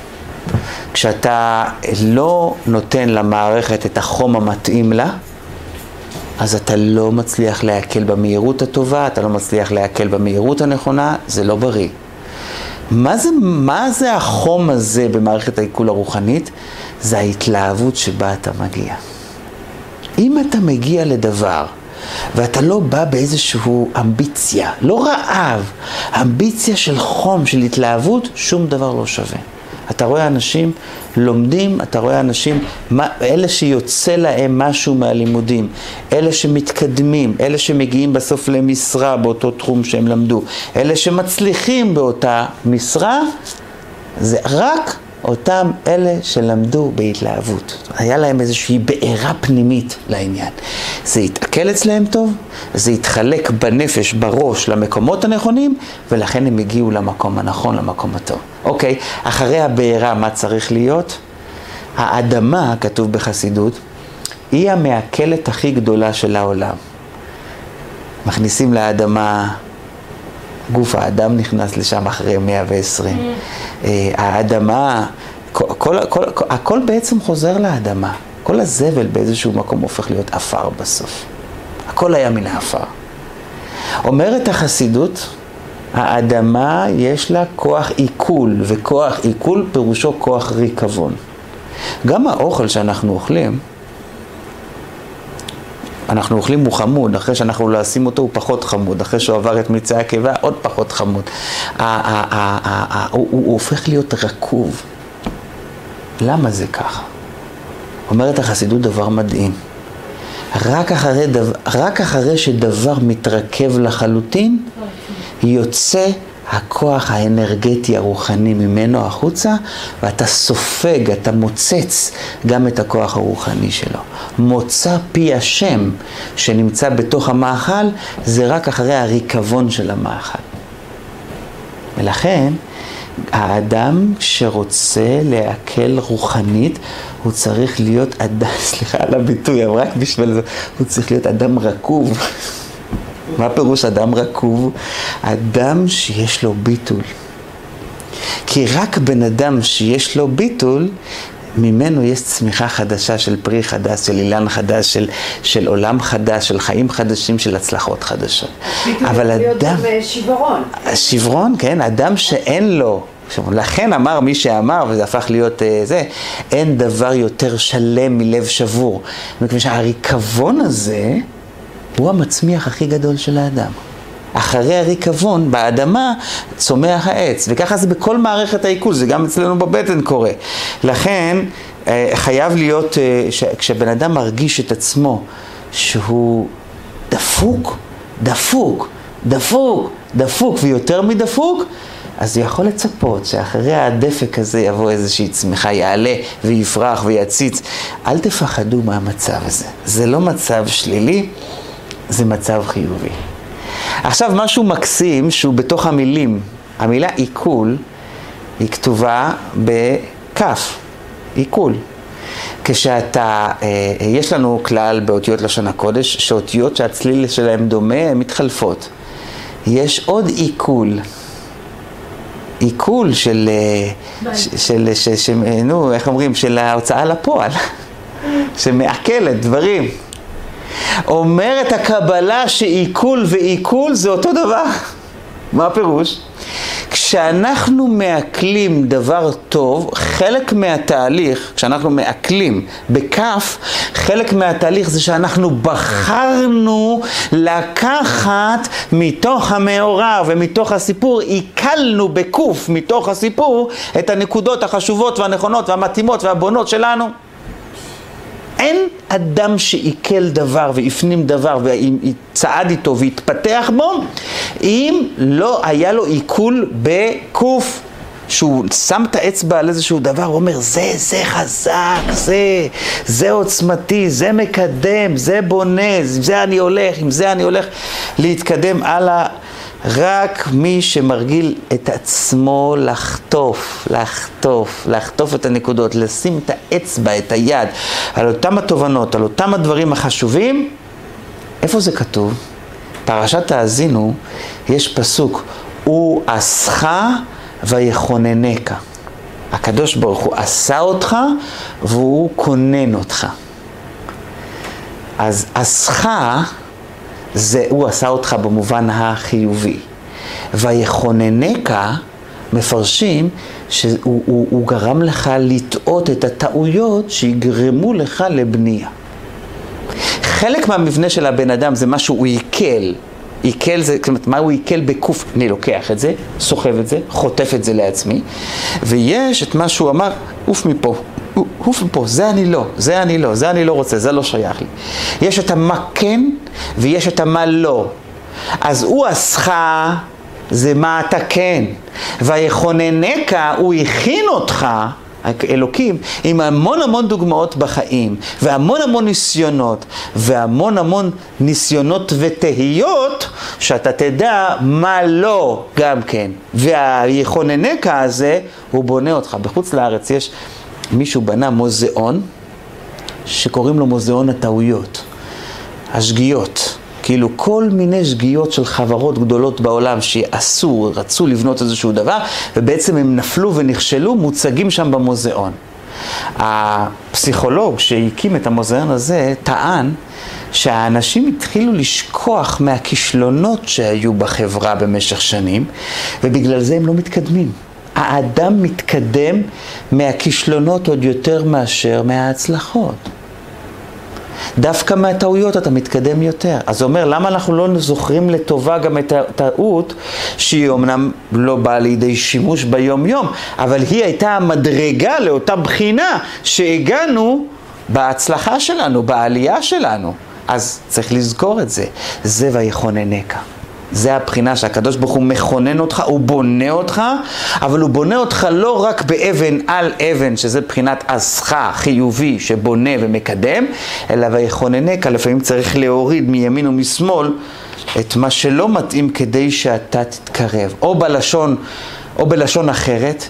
[SPEAKER 1] כשאתה לא נותן למערכת את החום המתאים לה, אז אתה לא מצליח להקל במהירות הטובה, אתה לא מצליח להקל במהירות הנכונה, זה לא בריא. מה זה, מה זה החום הזה במערכת העיכול הרוחנית? זה ההתלהבות שבה אתה מגיע. אם אתה מגיע לדבר, ואתה לא בא באיזשהו אמביציה, לא רעב, אמביציה של חום, של התלהבות, שום דבר לא שווה. אתה רואה אנשים לומדים, אתה רואה אנשים, אלה שיוצא להם משהו מהלימודים, אלה שמתקדמים, אלה שמגיעים בסוף למשרה באותו תחום שהם למדו, אלה שמצליחים באותה משרה, זה רק אותם אלה שלמדו בהתלהבות. היה להם איזושהי בעירה פנימית לעניין. זה התעכל אצלהם טוב, זה התחלק בנפש, בראש, למקומות הנכונים, ולכן הם הגיעו למקום הנכון, למקום הטוב. אוקיי, אחרי הבעירה מה צריך להיות? האדמה, כתוב בחסידות, היא המעכלת הכי גדולה של העולם. מכניסים לאדמה, גוף האדם נכנס לשם אחרי מאה ועשרים. האדמה, כל, כל, כל, הכל בעצם חוזר לאדמה. כל הזבל באיזשהו מקום הופך להיות אפר בסוף. הכל היה מן האפר. אומרת החסידות, האדמה יש לה כוח עיכול, וכוח עיכול פירושו כוח ריקבון. גם האוכל שאנחנו אוכלים, אנחנו אוכלים הוא חמוד, אחרי שאנחנו לא עושים אותו הוא פחות חמוד, אחרי שהוא עבר את מיצי הקיבה עוד פחות חמוד. הוא הופך להיות רקוב. למה זה ככה? אומרת החסידות דבר מדהים. רק אחרי, דבר, רק אחרי שדבר מתרכב לחלוטין, יוצא הכוח האנרגטי הרוחני ממנו החוצה, ואתה סופג, אתה מוצץ גם את הכוח הרוחני שלו. מוצא פי השם שנמצא בתוך המאכל, זה רק אחרי הריקבון של המאכל. ולכן, האדם שרוצה להקל רוחנית, הוא צריך להיות אדם, סליחה על הביטוי, אבל רק בשביל זה, הוא צריך להיות אדם רקוב. מה פירוש אדם רקוב? אדם שיש לו ביטול. כי רק בן אדם שיש לו ביטול, ממנו יש צמיחה חדשה של פרי חדש, של אילן חדש, של, של עולם חדש, של חיים חדשים, של הצלחות חדשות. אבל אדם...
[SPEAKER 2] שברון.
[SPEAKER 1] שברון, כן, אדם שאין לו... לכן אמר מי שאמר, וזה הפך להיות uh, זה, אין דבר יותר שלם מלב שבור. מכיוון שהריקבון הזה הוא המצמיח הכי גדול של האדם. אחרי הריקבון באדמה צומח העץ, וככה זה בכל מערכת העיכול, זה גם אצלנו בבטן קורה. לכן uh, חייב להיות, uh, ש- כשבן אדם מרגיש את עצמו שהוא דפוק, דפוק, דפוק, דפוק ויותר מדפוק, אז הוא יכול לצפות שאחרי הדפק הזה יבוא איזושהי צמיחה, יעלה ויפרח ויציץ. אל תפחדו מהמצב הזה. זה לא מצב שלילי, זה מצב חיובי. עכשיו משהו מקסים שהוא בתוך המילים. המילה עיכול היא כתובה בכף, עיכול. כשאתה, יש לנו כלל באותיות לשון הקודש, שאותיות שהצליל שלהם דומה, הן מתחלפות. יש עוד עיכול. עיכול של, של, של, של, נו, איך אומרים, של ההוצאה לפועל, שמעכלת דברים. אומרת הקבלה שעיכול ועיכול זה אותו דבר. מה הפירוש? כשאנחנו מעכלים דבר טוב, חלק מהתהליך, כשאנחנו מעכלים בכף, חלק מהתהליך זה שאנחנו בחרנו לקחת מתוך המאורע ומתוך הסיפור, עיכלנו בקוף מתוך הסיפור את הנקודות החשובות והנכונות והמתאימות והבונות שלנו. אין אדם שעיכל דבר והפנים דבר וצעד איתו והתפתח בו, אם לא היה לו עיכול בקוף, שהוא שם את האצבע על איזשהו דבר, הוא אומר, זה, זה חזק, זה, זה עוצמתי, זה מקדם, זה בונה, זה אני הולך, עם זה אני הולך להתקדם הלאה. רק מי שמרגיל את עצמו לחטוף, לחטוף, לחטוף את הנקודות, לשים את האצבע, את היד, על אותם התובנות, על אותם הדברים החשובים, איפה זה כתוב? פרשת האזינו, יש פסוק, הוא עשך ויכוננך. הקדוש ברוך הוא עשה אותך והוא כונן אותך. אז עשך, זה הוא עשה אותך במובן החיובי. ויכוננך, מפרשים שהוא הוא, הוא גרם לך לטעות את הטעויות שיגרמו לך לבנייה. חלק מהמבנה של הבן אדם זה מה שהוא עיכל, עיקל זה, זאת אומרת, מה הוא עיקל בקוף? אני לוקח את זה, סוחב את זה, חוטף את זה לעצמי, ויש את מה שהוא אמר, אוף מפה, אוף מפה, זה אני לא, זה אני לא, זה אני לא רוצה, זה לא שייך לי. יש את המה כן, ויש את המה לא. אז הוא עשך, זה מה אתה כן, ויחוננך, הוא הכין אותך, אלוקים, עם המון המון דוגמאות בחיים, והמון המון ניסיונות, והמון המון ניסיונות ותהיות, שאתה תדע מה לא גם כן. והיחוננך הזה, הוא בונה אותך. בחוץ לארץ יש מישהו בנה מוזיאון, שקוראים לו מוזיאון הטעויות, השגיאות. כאילו כל מיני שגיאות של חברות גדולות בעולם שעשו, רצו לבנות איזשהו דבר, ובעצם הם נפלו ונכשלו, מוצגים שם במוזיאון. הפסיכולוג שהקים את המוזיאון הזה טען שהאנשים התחילו לשכוח מהכישלונות שהיו בחברה במשך שנים, ובגלל זה הם לא מתקדמים. האדם מתקדם מהכישלונות עוד יותר מאשר מההצלחות. דווקא מהטעויות אתה מתקדם יותר. אז זה אומר, למה אנחנו לא זוכרים לטובה גם את הטעות, שהיא אומנם לא באה לידי שימוש ביום יום, אבל היא הייתה המדרגה לאותה בחינה שהגענו בהצלחה שלנו, בעלייה שלנו. אז צריך לזכור את זה. זה ויחוננך. זה הבחינה שהקדוש ברוך הוא מכונן אותך, הוא בונה אותך, אבל הוא בונה אותך לא רק באבן על אבן, שזה בחינת עשך חיובי שבונה ומקדם, אלא ויחוננך, לפעמים צריך להוריד מימין ומשמאל את מה שלא מתאים כדי שאתה תתקרב. או בלשון, או בלשון אחרת,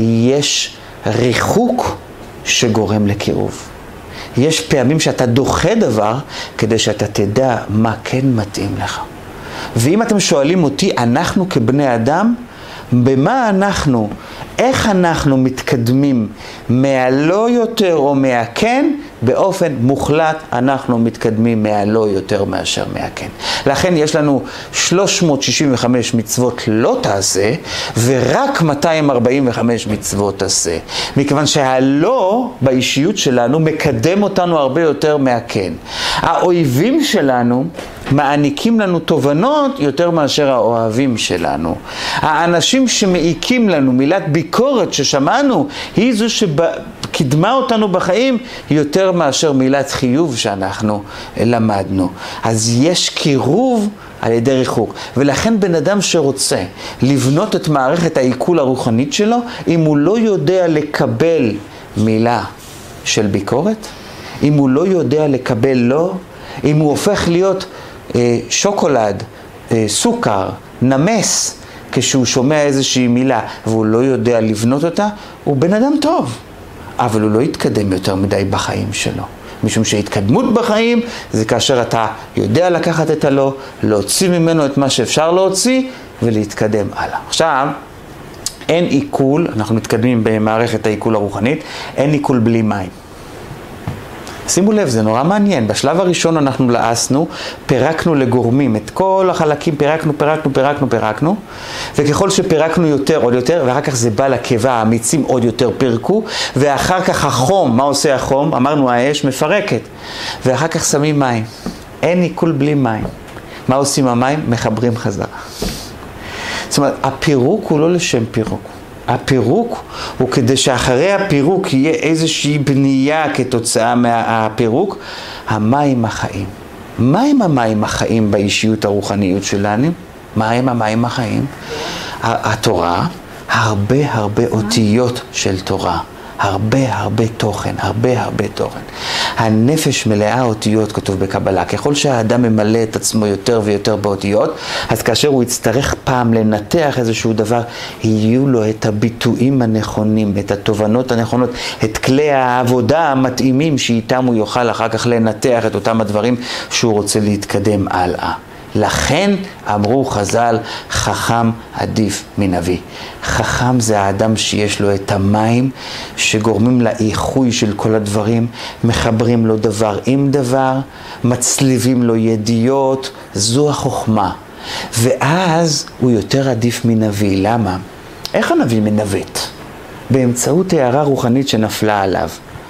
[SPEAKER 1] יש ריחוק שגורם לקירוב. יש פעמים שאתה דוחה דבר כדי שאתה תדע מה כן מתאים לך. ואם אתם שואלים אותי, אנחנו כבני אדם, במה אנחנו, איך אנחנו מתקדמים מהלא יותר או מהכן, באופן מוחלט אנחנו מתקדמים מהלא יותר מאשר מהכן. לכן יש לנו שלוש מאות שישים וחמש מצוות לא תעשה, ורק מאתיים ארבעים וחמש מצוות תעשה. מכיוון שהלא באישיות שלנו מקדם אותנו הרבה יותר מהכן. האויבים שלנו מעניקים לנו תובנות יותר מאשר האוהבים שלנו. האנשים שמעיקים לנו מילת ביקורת ששמענו, היא זו שקידמה אותנו בחיים יותר מאשר מילת חיוב שאנחנו למדנו. אז יש קירוב על ידי ריחוק. ולכן בן אדם שרוצה לבנות את מערכת העיכול הרוחנית שלו, אם הוא לא יודע לקבל מילה של ביקורת, אם הוא לא יודע לקבל לא, אם הוא הופך להיות אה, שוקולד, אה, סוכר, נמס, כשהוא שומע איזושהי מילה והוא לא יודע לבנות אותה, הוא בן אדם טוב, אבל הוא לא יתקדם יותר מדי בחיים שלו. משום שהתקדמות בחיים זה כאשר אתה יודע לקחת את הלא, להוציא ממנו את מה שאפשר להוציא ולהתקדם הלאה. עכשיו, אין עיכול, אנחנו מתקדמים במערכת העיכול הרוחנית, אין עיכול בלי מים. שימו לב, זה נורא מעניין. בשלב הראשון אנחנו לעסנו, פירקנו לגורמים, את כל החלקים פירקנו, פירקנו, פירקנו, פירקנו, וככל שפירקנו יותר, עוד יותר, ואחר כך זה בא לקיבה, המיצים עוד יותר פירקו, ואחר כך החום, מה עושה החום? אמרנו, האש מפרקת, ואחר כך שמים מים. אין עיכול בלי מים. מה עושים המים? מחברים חזרה. זאת אומרת, הפירוק הוא לא לשם פירוק. הפירוק הוא כדי שאחרי הפירוק יהיה איזושהי בנייה כתוצאה מהפירוק. המים החיים. מה הם המים החיים באישיות הרוחניות שלנו? מה הם המים החיים? התורה, הרבה הרבה אותיות של תורה. הרבה הרבה תוכן, הרבה הרבה תוכן. הנפש מלאה אותיות, כתוב בקבלה. ככל שהאדם ממלא את עצמו יותר ויותר באותיות, אז כאשר הוא יצטרך פעם לנתח איזשהו דבר, יהיו לו את הביטויים הנכונים, את התובנות הנכונות, את כלי העבודה המתאימים שאיתם הוא יוכל אחר כך לנתח את אותם הדברים שהוא רוצה להתקדם הלאה. לכן אמרו חז"ל, חכם עדיף מנביא. חכם זה האדם שיש לו את המים שגורמים לאיחוי של כל הדברים, מחברים לו דבר עם דבר, מצליבים לו ידיעות, זו החוכמה. ואז הוא יותר עדיף מנביא. למה? איך הנביא מנווט? באמצעות הערה רוחנית שנפלה עליו.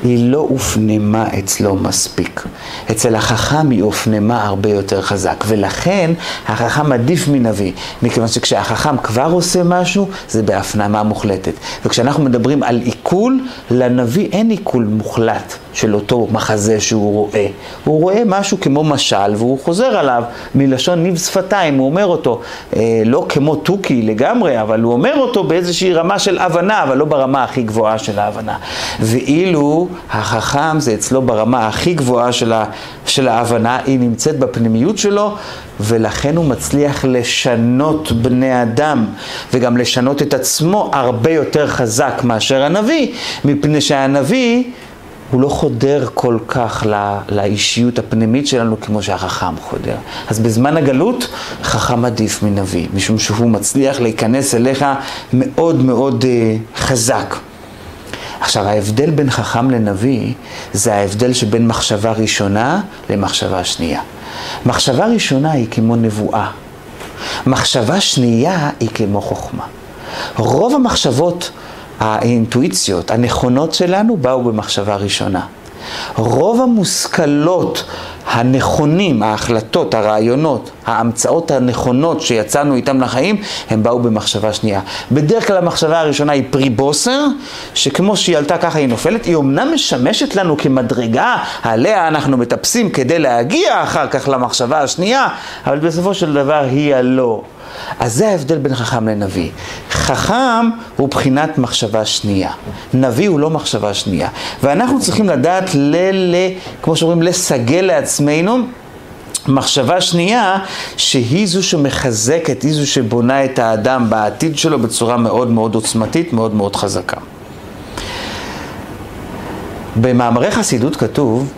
[SPEAKER 1] היא לא הופנמה אצלו מספיק. אצל החכם היא הופנמה הרבה יותר חזק, ולכן החכם עדיף מנביא, מכיוון שכשהחכם כבר עושה משהו, זה בהפנמה מוחלטת. וכשאנחנו מדברים על עיכול, לנביא אין עיכול מוחלט של אותו מחזה שהוא רואה. הוא רואה משהו כמו משל, והוא חוזר עליו מלשון ניב שפתיים, הוא אומר אותו, אה, לא כמו טוקי לגמרי, אבל הוא אומר אותו באיזושהי רמה של הבנה, אבל לא ברמה הכי גבוהה של ההבנה. ואילו החכם זה אצלו ברמה הכי גבוהה של, ה, של ההבנה, היא נמצאת בפנימיות שלו, ולכן הוא מצליח לשנות בני אדם, וגם לשנות את עצמו הרבה יותר חזק מאשר הנביא, מפני שהנביא הוא לא חודר כל כך לא, לאישיות הפנימית שלנו כמו שהחכם חודר. אז בזמן הגלות, חכם עדיף מנביא, משום שהוא מצליח להיכנס אליך מאוד מאוד uh, חזק. עכשיו, ההבדל בין חכם לנביא, זה ההבדל שבין מחשבה ראשונה למחשבה שנייה. מחשבה ראשונה היא כמו נבואה. מחשבה שנייה היא כמו חוכמה. רוב המחשבות, האינטואיציות, הנכונות שלנו, באו במחשבה ראשונה. רוב המושכלות, הנכונים, ההחלטות, הרעיונות, ההמצאות הנכונות שיצאנו איתם לחיים, הם באו במחשבה שנייה. בדרך כלל המחשבה הראשונה היא פרי בוסר, שכמו שהיא עלתה ככה היא נופלת, היא אומנם משמשת לנו כמדרגה, עליה אנחנו מטפסים כדי להגיע אחר כך למחשבה השנייה, אבל בסופו של דבר היא הלא. אז זה ההבדל בין חכם לנביא. חכם הוא בחינת מחשבה שנייה. נביא הוא לא מחשבה שנייה. ואנחנו צריכים לדעת, ל, ל, כמו שאומרים, לסגל לעצמנו מחשבה שנייה, שהיא זו שמחזקת, היא זו שבונה את האדם בעתיד שלו בצורה מאוד מאוד עוצמתית, מאוד מאוד חזקה. במאמרי חסידות כתוב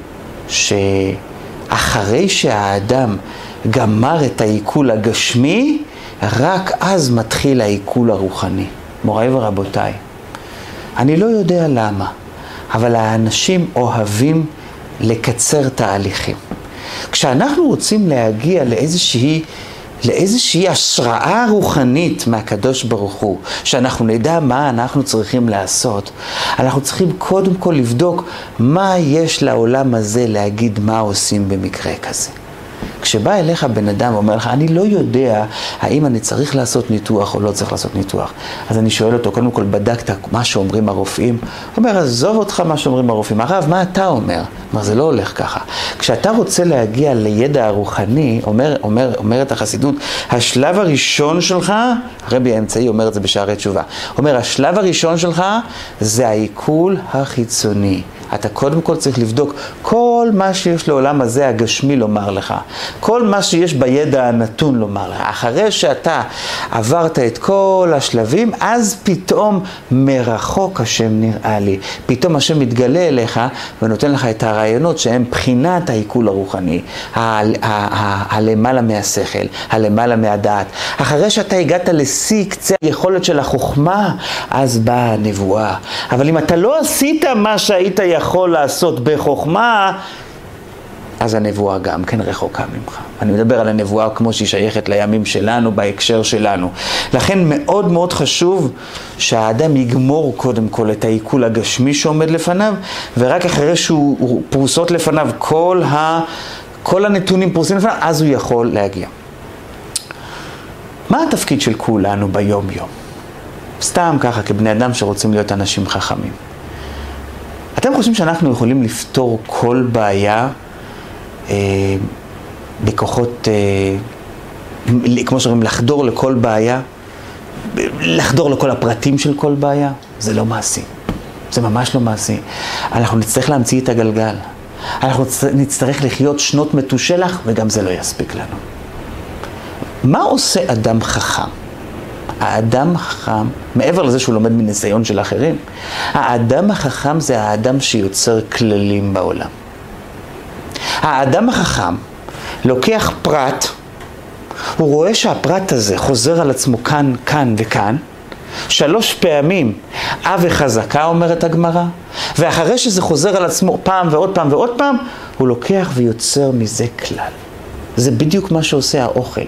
[SPEAKER 1] שאחרי שהאדם גמר את העיכול הגשמי, רק אז מתחיל העיכול הרוחני. מוריי ורבותיי, אני לא יודע למה, אבל האנשים אוהבים לקצר תהליכים. כשאנחנו רוצים להגיע לאיזושהי, לאיזושהי השראה רוחנית מהקדוש ברוך הוא, שאנחנו נדע מה אנחנו צריכים לעשות, אנחנו צריכים קודם כל לבדוק מה יש לעולם הזה להגיד מה עושים במקרה כזה. כשבא אליך בן אדם ואומר לך, אני לא יודע האם אני צריך לעשות ניתוח או לא צריך לעשות ניתוח. אז אני שואל אותו, קודם כל בדקת מה שאומרים הרופאים? הוא אומר, עזוב אותך מה שאומרים הרופאים. הרב, מה אתה אומר? אומר, זה לא הולך ככה. כשאתה רוצה להגיע לידע הרוחני, אומר, אומר, אומרת החסידות, השלב הראשון שלך, הרבי האמצעי אומר את זה בשערי תשובה, אומר, השלב הראשון שלך זה העיכול החיצוני. אתה קודם כל צריך לבדוק כל מה שיש לעולם הזה הגשמי לומר לך. כל מה שיש בידע הנתון לומר לך. אחרי שאתה עברת את כל השלבים, אז פתאום מרחוק השם נראה לי. פתאום השם מתגלה אליך ונותן לך את הרעיונות שהם בחינת העיכול הרוחני. הלמעלה מהשכל, הלמעלה מהדעת. אחרי שאתה הגעת לשיא קצה היכולת של החוכמה, אז באה הנבואה. אבל אם אתה לא עשית מה שהיית יכול לעשות בחוכמה, אז הנבואה גם כן רחוקה ממך. אני מדבר על הנבואה כמו שהיא שייכת לימים שלנו, בהקשר שלנו. לכן מאוד מאוד חשוב שהאדם יגמור קודם כל את העיכול הגשמי שעומד לפניו, ורק אחרי שהוא פרוסות לפניו כל, ה, כל הנתונים פרוסים לפניו, אז הוא יכול להגיע. מה התפקיד של כולנו ביום יום? סתם ככה, כבני אדם שרוצים להיות אנשים חכמים. אתם חושבים שאנחנו יכולים לפתור כל בעיה אה, בכוחות, אה, כמו שאומרים, לחדור לכל בעיה, לחדור לכל הפרטים של כל בעיה? זה לא מעשי. זה ממש לא מעשי. אנחנו נצטרך להמציא את הגלגל. אנחנו נצטרך לחיות שנות מתושלח, וגם זה לא יספיק לנו. מה עושה אדם חכם? האדם החכם, מעבר לזה שהוא לומד מניסיון של אחרים, האדם החכם זה האדם שיוצר כללים בעולם. האדם החכם לוקח פרט, הוא רואה שהפרט הזה חוזר על עצמו כאן, כאן וכאן, שלוש פעמים, אה וחזקה אומרת הגמרא, ואחרי שזה חוזר על עצמו פעם ועוד פעם ועוד פעם, הוא לוקח ויוצר מזה כלל. זה בדיוק מה שעושה האוכל.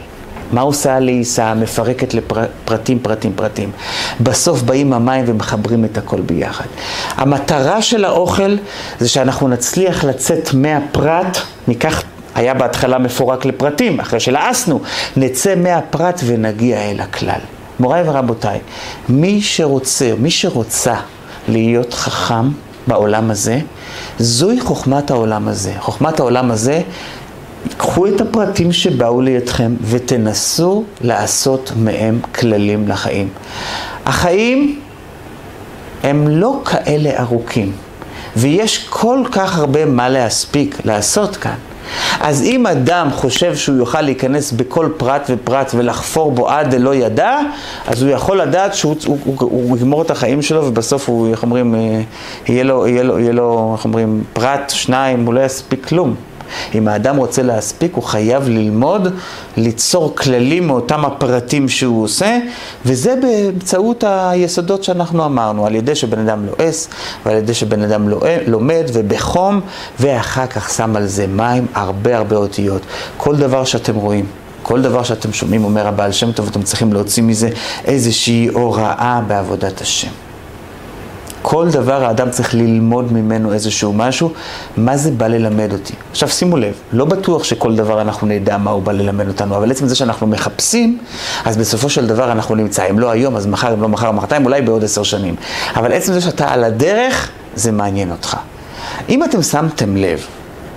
[SPEAKER 1] מה עושה לעיסה? מפרקת לפרטים, פרטים, פרטים. בסוף באים המים ומחברים את הכל ביחד. המטרה של האוכל זה שאנחנו נצליח לצאת מהפרט, ניקח, היה בהתחלה מפורק לפרטים, אחרי שלעסנו, נצא מהפרט ונגיע אל הכלל. מוריי ורבותיי, מי שרוצה, מי שרוצה להיות חכם בעולם הזה, זוהי חוכמת העולם הזה. חוכמת העולם הזה, קחו את הפרטים שבאו לידכם ותנסו לעשות מהם כללים לחיים. החיים הם לא כאלה ארוכים, ויש כל כך הרבה מה להספיק לעשות כאן. אז אם אדם חושב שהוא יוכל להיכנס בכל פרט ופרט ולחפור בו עד לא ידע, אז הוא יכול לדעת שהוא הוא, הוא, הוא יגמור את החיים שלו, ובסוף הוא, איך אומרים, יהיה לו, יהיה לו, יהיה לו, איך אומרים, פרט, שניים, הוא לא יספיק כלום. אם האדם רוצה להספיק, הוא חייב ללמוד, ליצור כללים מאותם הפרטים שהוא עושה, וזה באמצעות היסודות שאנחנו אמרנו, על ידי שבן אדם לועס, ועל ידי שבן אדם לומד, ובחום, ואחר כך שם על זה מים, הרבה הרבה אותיות. כל דבר שאתם רואים, כל דבר שאתם שומעים, אומר הבעל שם טוב, אתם צריכים להוציא מזה איזושהי הוראה בעבודת השם. כל דבר האדם צריך ללמוד ממנו איזשהו משהו, מה זה בא ללמד אותי. עכשיו שימו לב, לא בטוח שכל דבר אנחנו נדע מה הוא בא ללמד אותנו, אבל עצם זה שאנחנו מחפשים, אז בסופו של דבר אנחנו נמצא, אם לא היום, אז מחר, אם לא מחר, מחרתיים, אולי בעוד עשר שנים. אבל עצם זה שאתה על הדרך, זה מעניין אותך. אם אתם שמתם לב,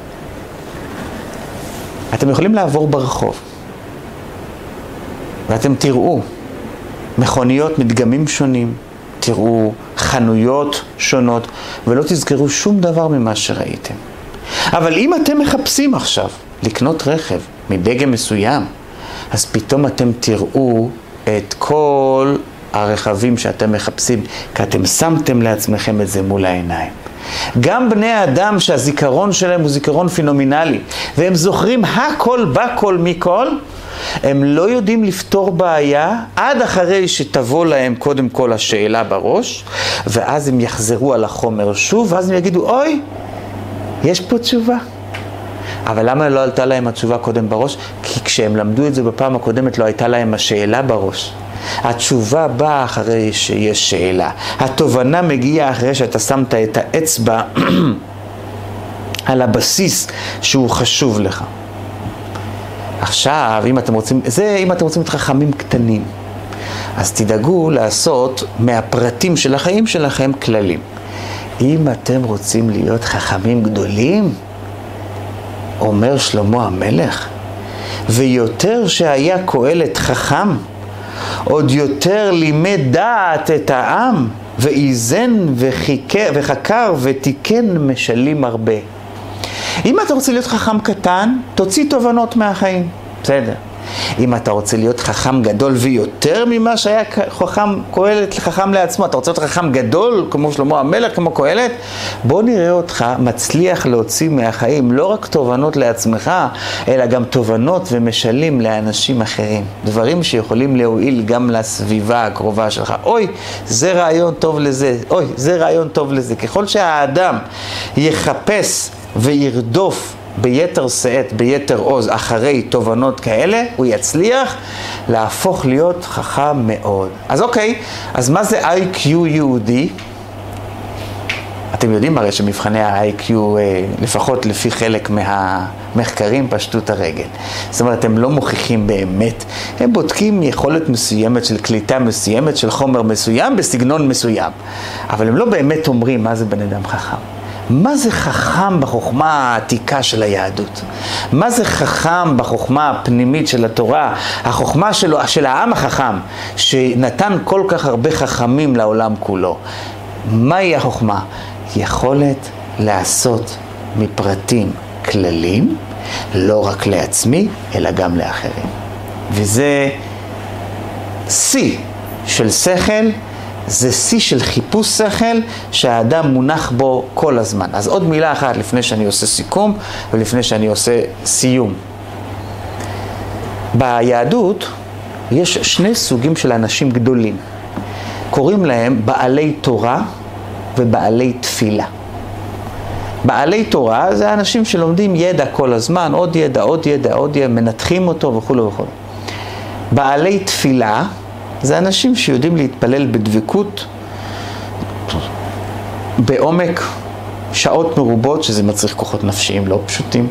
[SPEAKER 1] אתם יכולים לעבור ברחוב, ואתם תראו מכוניות, מדגמים שונים, תראו חנויות שונות, ולא תזכרו שום דבר ממה שראיתם. אבל אם אתם מחפשים עכשיו לקנות רכב מדגם מסוים, אז פתאום אתם תראו את כל הרכבים שאתם מחפשים, כי אתם שמתם לעצמכם את זה מול העיניים. גם בני האדם שהזיכרון שלהם הוא זיכרון פינומינלי, והם זוכרים הכל בכל מכל, הם לא יודעים לפתור בעיה עד אחרי שתבוא להם קודם כל השאלה בראש, ואז הם יחזרו על החומר שוב, ואז הם יגידו, אוי, יש פה תשובה. אבל למה לא עלתה להם התשובה קודם בראש? כי כשהם למדו את זה בפעם הקודמת לא הייתה להם השאלה בראש. התשובה באה אחרי שיש שאלה. התובנה מגיעה אחרי שאתה שמת את האצבע על הבסיס שהוא חשוב לך. עכשיו, אם אתם רוצים, זה אם אתם רוצים את חכמים קטנים, אז תדאגו לעשות מהפרטים של החיים שלכם כללים. אם אתם רוצים להיות חכמים גדולים, אומר שלמה המלך, ויותר שהיה קהלת חכם, עוד יותר לימד דעת את העם, ואיזן וחקר ותיקן משלים הרבה. אם אתה רוצה להיות חכם קטן, תוציא תובנות מהחיים. בסדר. אם אתה רוצה להיות חכם גדול ויותר ממה שהיה חכם קהלת חכם לעצמו, אתה רוצה להיות חכם גדול כמו שלמה המלך, כמו קהלת, בוא נראה אותך מצליח להוציא מהחיים לא רק תובנות לעצמך, אלא גם תובנות ומשלים לאנשים אחרים. דברים שיכולים להועיל גם לסביבה הקרובה שלך. אוי, זה רעיון טוב לזה. אוי, זה רעיון טוב לזה. ככל שהאדם יחפש וירדוף ביתר שאת, ביתר עוז, אחרי תובנות כאלה, הוא יצליח להפוך להיות חכם מאוד. אז אוקיי, אז מה זה איי קיו יהודי? אתם יודעים הרי שמבחני ה-איי קיו, לפחות לפי חלק מהמחקרים, פשטו את הרגל. זאת אומרת, הם לא מוכיחים באמת. הם בודקים יכולת מסוימת של קליטה מסוימת, של חומר מסוים, בסגנון מסוים. אבל הם לא באמת אומרים מה זה בן אדם חכם. מה זה חכם בחוכמה העתיקה של היהדות? מה זה חכם בחוכמה הפנימית של התורה? החוכמה שלו, של העם החכם, שנתן כל כך הרבה חכמים לעולם כולו. מהי החוכמה? יכולת לעשות מפרטים כללים, לא רק לעצמי, אלא גם לאחרים. וזה שיא של שכל, זה שיא של חיפוש שכל שהאדם מונח בו כל הזמן. אז עוד מילה אחת לפני שאני עושה סיכום ולפני שאני עושה סיום. ביהדות יש שני סוגים של אנשים גדולים. קוראים להם בעלי תורה ובעלי תפילה. בעלי תורה זה אנשים שלומדים ידע כל הזמן, עוד ידע, עוד ידע, עוד ידע, מנתחים אותו וכו' וכו'. בעלי תפילה זה אנשים שיודעים להתפלל בדבקות, בעומק, שעות מרובות, שזה מצריך כוחות נפשיים לא פשוטים.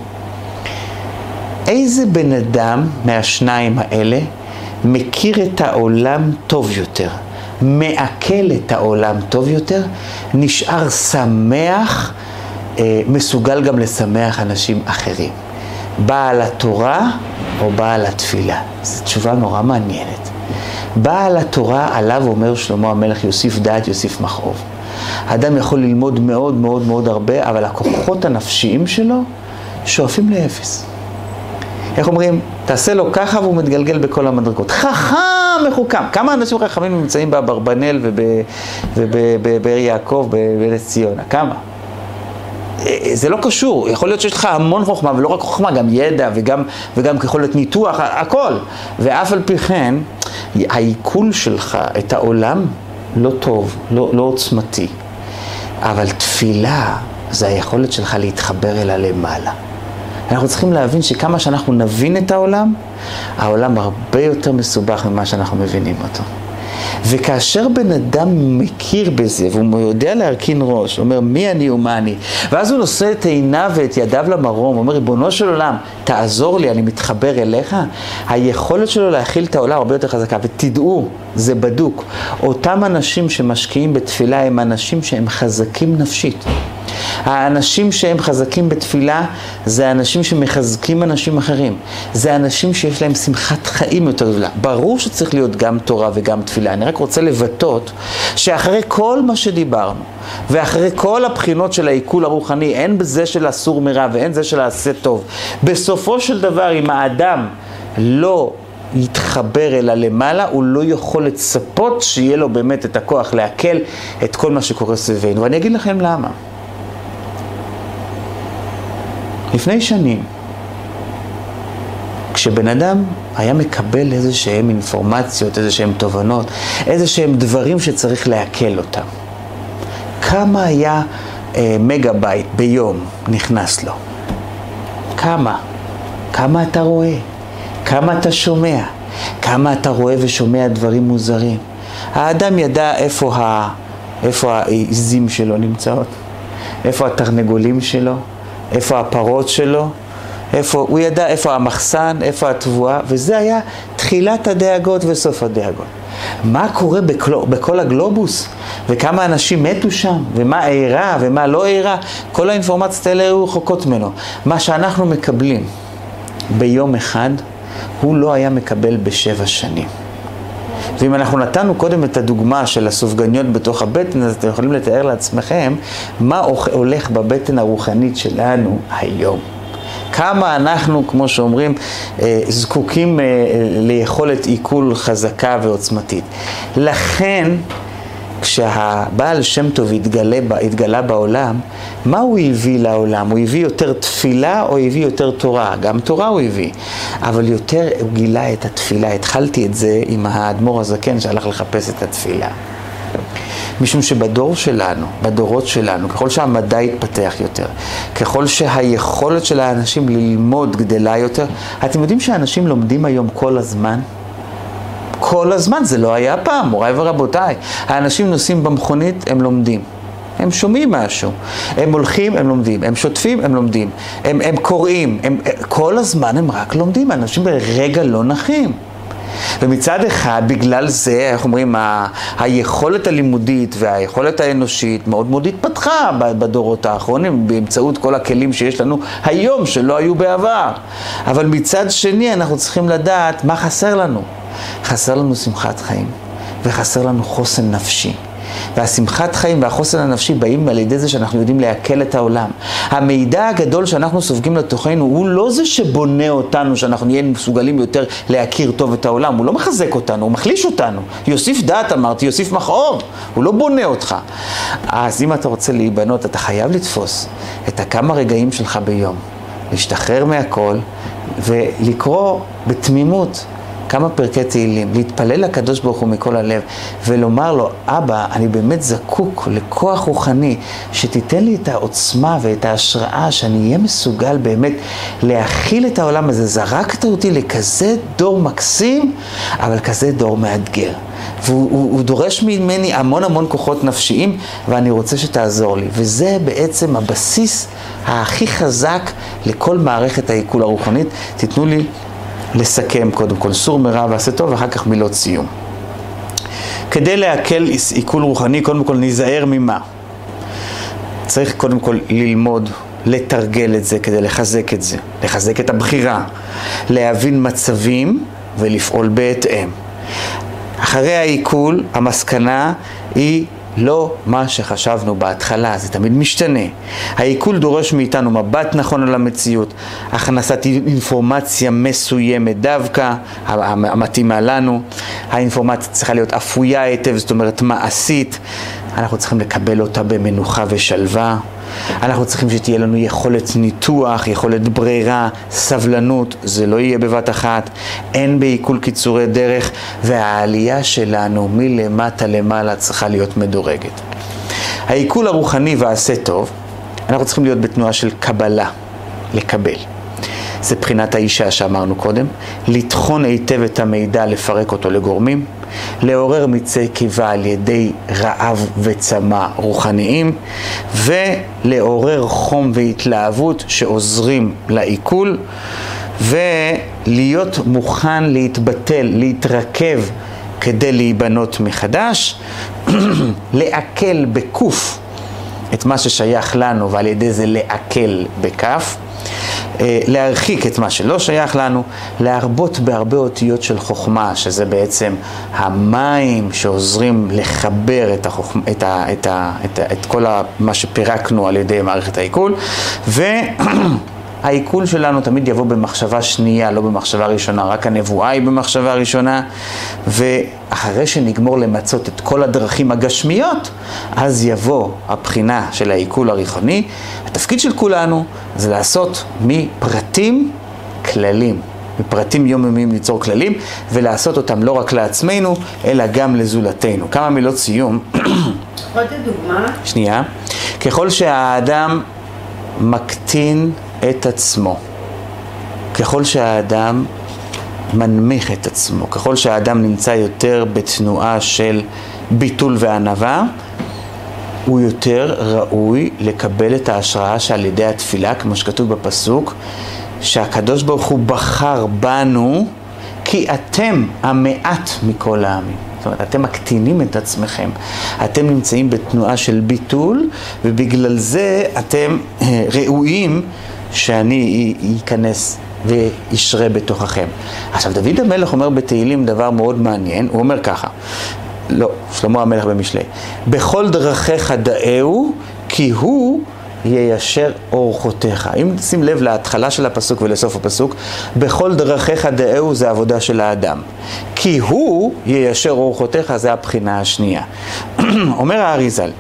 [SPEAKER 1] איזה בן אדם מהשניים האלה מכיר את העולם טוב יותר, מעכל את העולם טוב יותר, נשאר שמח, מסוגל גם לשמח אנשים אחרים? בעל התורה או בעל התפילה? זו תשובה נורא מעניינת. בעל התורה, עליו אומר שלמה המלך, יוסיף דעת יוסיף מכאוב. האדם יכול ללמוד מאוד מאוד מאוד הרבה, אבל הכוחות הנפשיים שלו שואפים לאפס. איך אומרים? תעשה לו ככה והוא מתגלגל בכל המדרגות. חכם מחוכם. כמה אנשים חכמים נמצאים באברבנאל ובבאר יעקב בנס ציונה? כמה? זה לא קשור. יכול להיות שיש לך המון חוכמה, ולא רק חוכמה, גם ידע וגם, וגם יכולת ניתוח, הכל. ואף על פי כן, העיכול שלך את העולם לא טוב, לא, לא עוצמתי. אבל תפילה זה היכולת שלך להתחבר אליה למעלה. אנחנו צריכים להבין שכמה שאנחנו נבין את העולם, העולם הרבה יותר מסובך ממה שאנחנו מבינים אותו. וכאשר בן אדם מכיר בזה, והוא יודע להרכין ראש, אומר מי אני ומה אני, ואז הוא נושא את עיניו ואת ידיו למרום, אומר ריבונו של עולם, תעזור לי, אני מתחבר אליך, היכולת שלו להכיל את העולם הרבה יותר חזקה. ותדעו, זה בדוק, אותם אנשים שמשקיעים בתפילה הם אנשים שהם חזקים נפשית. האנשים שהם חזקים בתפילה זה אנשים שמחזקים אנשים אחרים. זה אנשים שיש להם שמחת חיים יותר גדולה. ברור שצריך להיות גם תורה וגם תפילה. אני רק רוצה לבטאות שאחרי כל מה שדיברנו, ואחרי כל הבחינות של העיכול הרוחני, אין בזה של אסור מרע ואין זה של העשה טוב. בסופו של דבר, אם האדם לא יתחבר אלה למעלה, הוא לא יכול לצפות שיהיה לו באמת את הכוח להקל את כל מה שקורה סביבנו. ואני אגיד לכם למה. לפני שנים, כשבן אדם היה מקבל איזה שהם אינפורמציות, איזה שהם תובנות, איזה שהם דברים שצריך להקל אותם, כמה היה אה, מגה בייט ביום נכנס לו? כמה? כמה אתה רואה? כמה אתה שומע? כמה אתה רואה ושומע דברים מוזרים? האדם ידע איפה, ה... איפה העזים שלו נמצאות, איפה התרנגולים שלו, איפה הפרות שלו, איפה, הוא ידע איפה המחסן, איפה התבואה, וזה היה תחילת הדאגות וסוף הדאגות. מה קורה בכל, בכל הגלובוס, וכמה אנשים מתו שם, ומה אירה ומה לא אירה, כל האינפורמציות האלה היו רחוקות ממנו. מה שאנחנו מקבלים ביום אחד, הוא לא היה מקבל בשבע שנים. ואם אנחנו נתנו קודם את הדוגמה של הסופגניות בתוך הבטן, אז אתם יכולים לתאר לעצמכם מה הולך בבטן הרוחנית שלנו היום. כמה אנחנו, כמו שאומרים, זקוקים ליכולת עיכול חזקה ועוצמתית. לכן, כשהבעל שם טוב התגלה, התגלה בעולם, מה הוא הביא לעולם? הוא הביא יותר תפילה או הביא יותר תורה? גם תורה הוא הביא, אבל יותר הוא גילה את התפילה. התחלתי את זה עם האדמו"ר הזקן שהלך לחפש את התפילה. משום שבדור שלנו, בדורות שלנו, ככל שהמדע יתפתח יותר, ככל שהיכולת של האנשים ללמוד גדלה יותר, אתם יודעים שהאנשים לומדים היום כל הזמן? כל הזמן, זה לא היה פעם, מוריי ורבותיי. האנשים נוסעים במכונית, הם לומדים. הם שומעים משהו. הם הולכים, הם לומדים. הם שוטפים, הם לומדים. הם, הם קוראים. הם, כל הזמן הם רק לומדים. האנשים ברגע לא נחים. ומצד אחד, בגלל זה, איך אומרים, ה- היכולת הלימודית והיכולת האנושית מאוד מאוד התפתחה בדורות האחרונים, באמצעות כל הכלים שיש לנו היום, שלא היו בעבר. אבל מצד שני, אנחנו צריכים לדעת מה חסר לנו. חסר לנו שמחת חיים, וחסר לנו חוסן נפשי. והשמחת חיים והחוסן הנפשי באים על ידי זה שאנחנו יודעים להקל את העולם. המידע הגדול שאנחנו סופגים לתוכנו הוא לא זה שבונה אותנו, שאנחנו נהיה מסוגלים יותר להכיר טוב את העולם. הוא לא מחזק אותנו, הוא מחליש אותנו. יוסיף דעת, אמרתי, יוסיף מכאוב. הוא לא בונה אותך. אז אם אתה רוצה להיבנות, אתה חייב לתפוס את הכמה רגעים שלך ביום, להשתחרר מהכל ולקרוא בתמימות כמה פרקי תהילים, להתפלל לקדוש ברוך הוא מכל הלב, ולומר לו, אבא, אני באמת זקוק לכוח רוחני, שתיתן לי את העוצמה ואת ההשראה, שאני אהיה מסוגל באמת להכיל את העולם הזה. זרקת אותי לכזה דור מקסים, אבל כזה דור מאתגר. והוא הוא, הוא דורש ממני המון המון כוחות נפשיים, ואני רוצה שתעזור לי. וזה בעצם הבסיס הכי חזק לכל מערכת העיכול הרוחנית. תיתנו לי לסכם קודם כל סור מרע ועשה טוב, ואחר כך מילות סיום. כדי להקל עיכול רוחני, קודם כל ניזהר ממה? צריך קודם כל ללמוד, לתרגל את זה כדי לחזק את זה, לחזק את הבחירה, להבין מצבים ולפעול בהתאם. אחרי העיכול, המסקנה היא לא מה שחשבנו בהתחלה, זה תמיד משתנה. העיכול דורש מאיתנו מבט נכון על המציאות, הכנסת אינפורמציה מסוימת דווקא, המתאימה לנו. האינפורמציה צריכה להיות אפויה היטב, זאת אומרת מעשית. אנחנו צריכים לקבל אותה במנוחה ושלווה. אנחנו צריכים שתהיה לנו יכולת ניתוח, יכולת ברירה, סבלנות, זה לא יהיה בבת אחת. אין בעיכול קיצורי דרך, והעלייה שלנו מלמטה למעלה צריכה להיות מדורגת. העיכול הרוחני ועשה טוב, אנחנו צריכים להיות בתנועה של קבלה, לקבל. זה בחינת האישה שאמרנו קודם, לתחון היטב את המידע, לפרק אותו לגורמים, לעורר מיצי קיבה על ידי רעב וצמא רוחניים, ולעורר חום והתלהבות שעוזרים לעיכול, ולהיות מוכן להתבטל, להתרכב כדי להיבנות מחדש, לעכל בקוף את מה ששייך לנו, ועל ידי זה לעכל בכף, להרחיק את מה שלא שייך לנו, להרבות בהרבה אותיות של חוכמה, שזה בעצם המים שעוזרים לחבר את, החוכמה, את, ה, את, ה, את, ה, את כל מה שפירקנו על ידי מערכת העיכול, והעיכול שלנו תמיד יבוא במחשבה שנייה, לא במחשבה ראשונה, רק הנבואה היא במחשבה ראשונה, ואחרי שנגמור למצות את כל הדרכים הגשמיות, אז יבוא הבחינה של העיכול הרוחני. התפקיד של כולנו זה לעשות מפרטים כללים, מפרטים יומיומיים ליצור כללים, ולעשות אותם לא רק לעצמנו, אלא גם לזולתנו. כמה מילות סיום.
[SPEAKER 2] עוד דוגמה.
[SPEAKER 1] שנייה. ככל שהאדם מקטין את עצמו, ככל שהאדם מנמיך את עצמו, ככל שהאדם נמצא יותר בתנועה של ביטול וענווה, הוא יותר ראוי לקבל את ההשראה שעל ידי התפילה, כמו שכתוב בפסוק, שהקדוש ברוך הוא בחר בנו, כי אתם המעט מכל העמים. זאת אומרת, אתם מקטינים את עצמכם, אתם נמצאים בתנועה של ביטול, ובגלל זה אתם ראויים שאני ייכנס וישרה בתוככם. עכשיו, דוד המלך אומר בתהילים דבר מאוד מעניין, הוא אומר ככה, לא, שלמה המלך במשלי, בכל דרכיך דאהו, כי הוא יישר אורחותיך. אם שים לב להתחלה של הפסוק ולסוף הפסוק, בכל דרכיך דאהו זה עבודה של האדם. כי הוא יישר אורחותיך, זה הבחינה השנייה. אומר האריזל,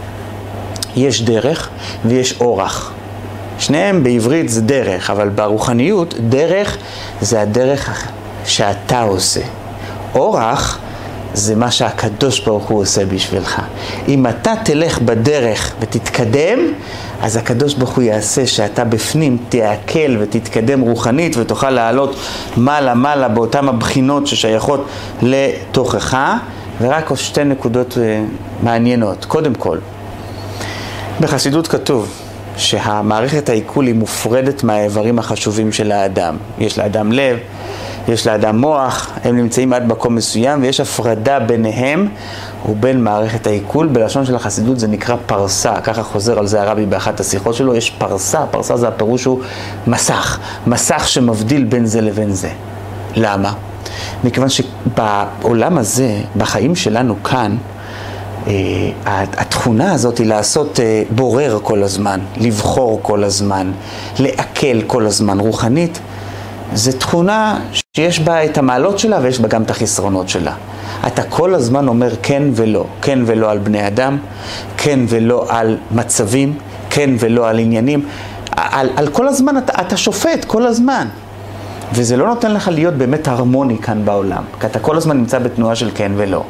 [SPEAKER 1] יש דרך ויש אורח. שניהם בעברית זה דרך, אבל ברוחניות דרך זה הדרך שאתה עושה. אורח זה מה שהקדוש ברוך הוא עושה בשבילך. אם אתה תלך בדרך ותתקדם, אז הקדוש ברוך הוא יעשה שאתה בפנים תעכל ותתקדם רוחנית, ותוכל לעלות מעלה מעלה באותן הבחינות ששייכות לתוכך. ורק עוד שתי נקודות מעניינות. קודם כל, בחסידות כתוב שהמערכת העיכול היא מופרדת מהאיברים החשובים של האדם. יש לאדם לב, יש לאדם מוח, הם נמצאים עד מקום מסוים, ויש הפרדה ביניהם ובין מערכת העיכול. בלשון של החסידות זה נקרא פרסה, ככה חוזר על זה הרבי באחת השיחות שלו. יש פרסה, פרסה זה הפירוש הוא מסך, מסך שמבדיל בין זה לבין זה. למה? מכיוון שבעולם הזה, בחיים שלנו כאן, התכונה הזאת היא לעשות בורר כל הזמן, לבחור כל הזמן, לעכל כל הזמן. רוחנית זה תכונה שיש בה את המעלות שלה ויש בה גם את החסרונות שלה. אתה כל הזמן אומר כן ולא, כן ולא על בני אדם, כן ולא על מצבים, כן ולא על עניינים. על, על כל הזמן אתה, אתה שופט כל הזמן. וזה לא נותן לך להיות באמת הרמוני כאן בעולם, כי אתה כל הזמן נמצא בתנועה של כן ולא.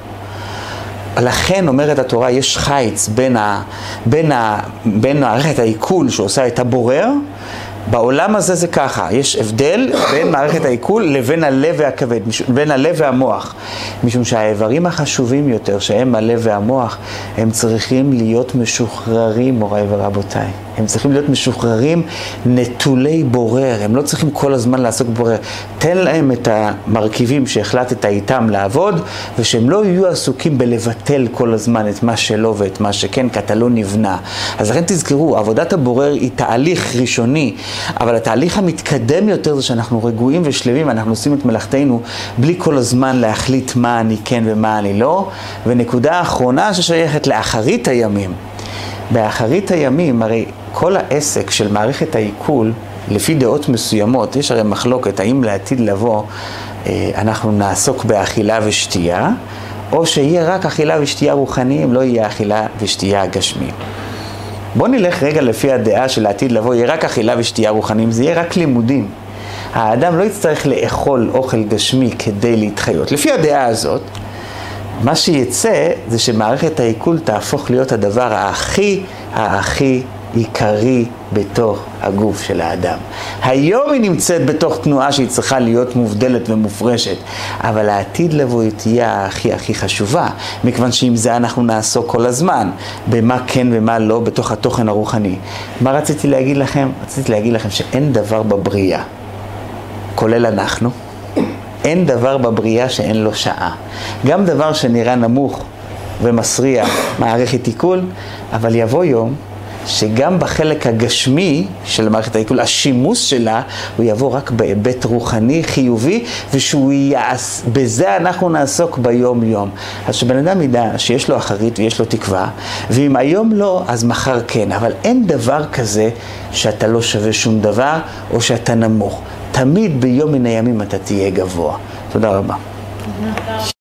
[SPEAKER 1] לכן אומרת התורה, יש חיץ בין, ה, בין, ה, בין מערכת העיכול שעושה את הבורר, בעולם הזה זה ככה, יש הבדל בין מערכת העיכול לבין הלב והכבד, בין הלב והמוח, משום שהאיברים החשובים יותר, שהם הלב והמוח, הם צריכים להיות משוחררים, מוריי ורבותיי. הם צריכים להיות משוחררים נטולי בורר, הם לא צריכים כל הזמן לעסוק בורר. תן להם את המרכיבים שהחלטת איתם לעבוד, ושהם לא יהיו עסוקים בלבטל כל הזמן את מה שלא ואת מה שכן, כי אתה לא נבנה. אז לכן תזכרו, עבודת הבורר היא תהליך ראשוני, אבל התהליך המתקדם יותר זה שאנחנו רגועים ושלבים, אנחנו עושים את מלאכתנו בלי כל הזמן להחליט מה אני כן ומה אני לא. ונקודה האחרונה ששייכת לאחרית הימים. באחרית הימים, הרי כל העסק של מערכת העיכול, לפי דעות מסוימות, יש הרי מחלוקת, האם לעתיד לבוא אנחנו נעסוק באכילה ושתייה, או שיהיה רק אכילה ושתייה רוחניים, לא יהיה אכילה ושתייה גשמיים. בוא נלך רגע לפי הדעה של העתיד לבוא, יהיה רק אכילה ושתייה רוחניים, זה יהיה רק לימודים. האדם לא יצטרך לאכול אוכל גשמי כדי להתחיות. לפי הדעה הזאת, מה שיצא זה שמערכת העיכול תהפוך להיות הדבר הכי, הכי עיקרי בתוך הגוף של האדם. היום היא נמצאת בתוך תנועה שהיא צריכה להיות מובדלת ומופרשת, אבל העתיד לבוא היא תהיה הכי הכי חשובה, מכיוון שעם זה אנחנו נעסוק כל הזמן, במה כן ומה לא בתוך התוכן הרוחני. מה רציתי להגיד לכם? רציתי להגיד לכם שאין דבר בבריאה, כולל אנחנו, אין דבר בבריאה שאין לו שעה. גם דבר שנראה נמוך ומסריע מערכת עיכול, אבל יבוא יום שגם בחלק הגשמי של מערכת העיכול, השימוש שלה, הוא יבוא רק בהיבט רוחני חיובי, ושהוא יעש, בזה אנחנו נעסוק ביום יום. אז שבן אדם ידע שיש לו אחרית ויש לו תקווה, ואם היום לא, אז מחר כן. אבל אין דבר כזה שאתה לא שווה שום דבר, או שאתה נמוך. תמיד ביום מן הימים אתה תהיה גבוה. תודה רבה.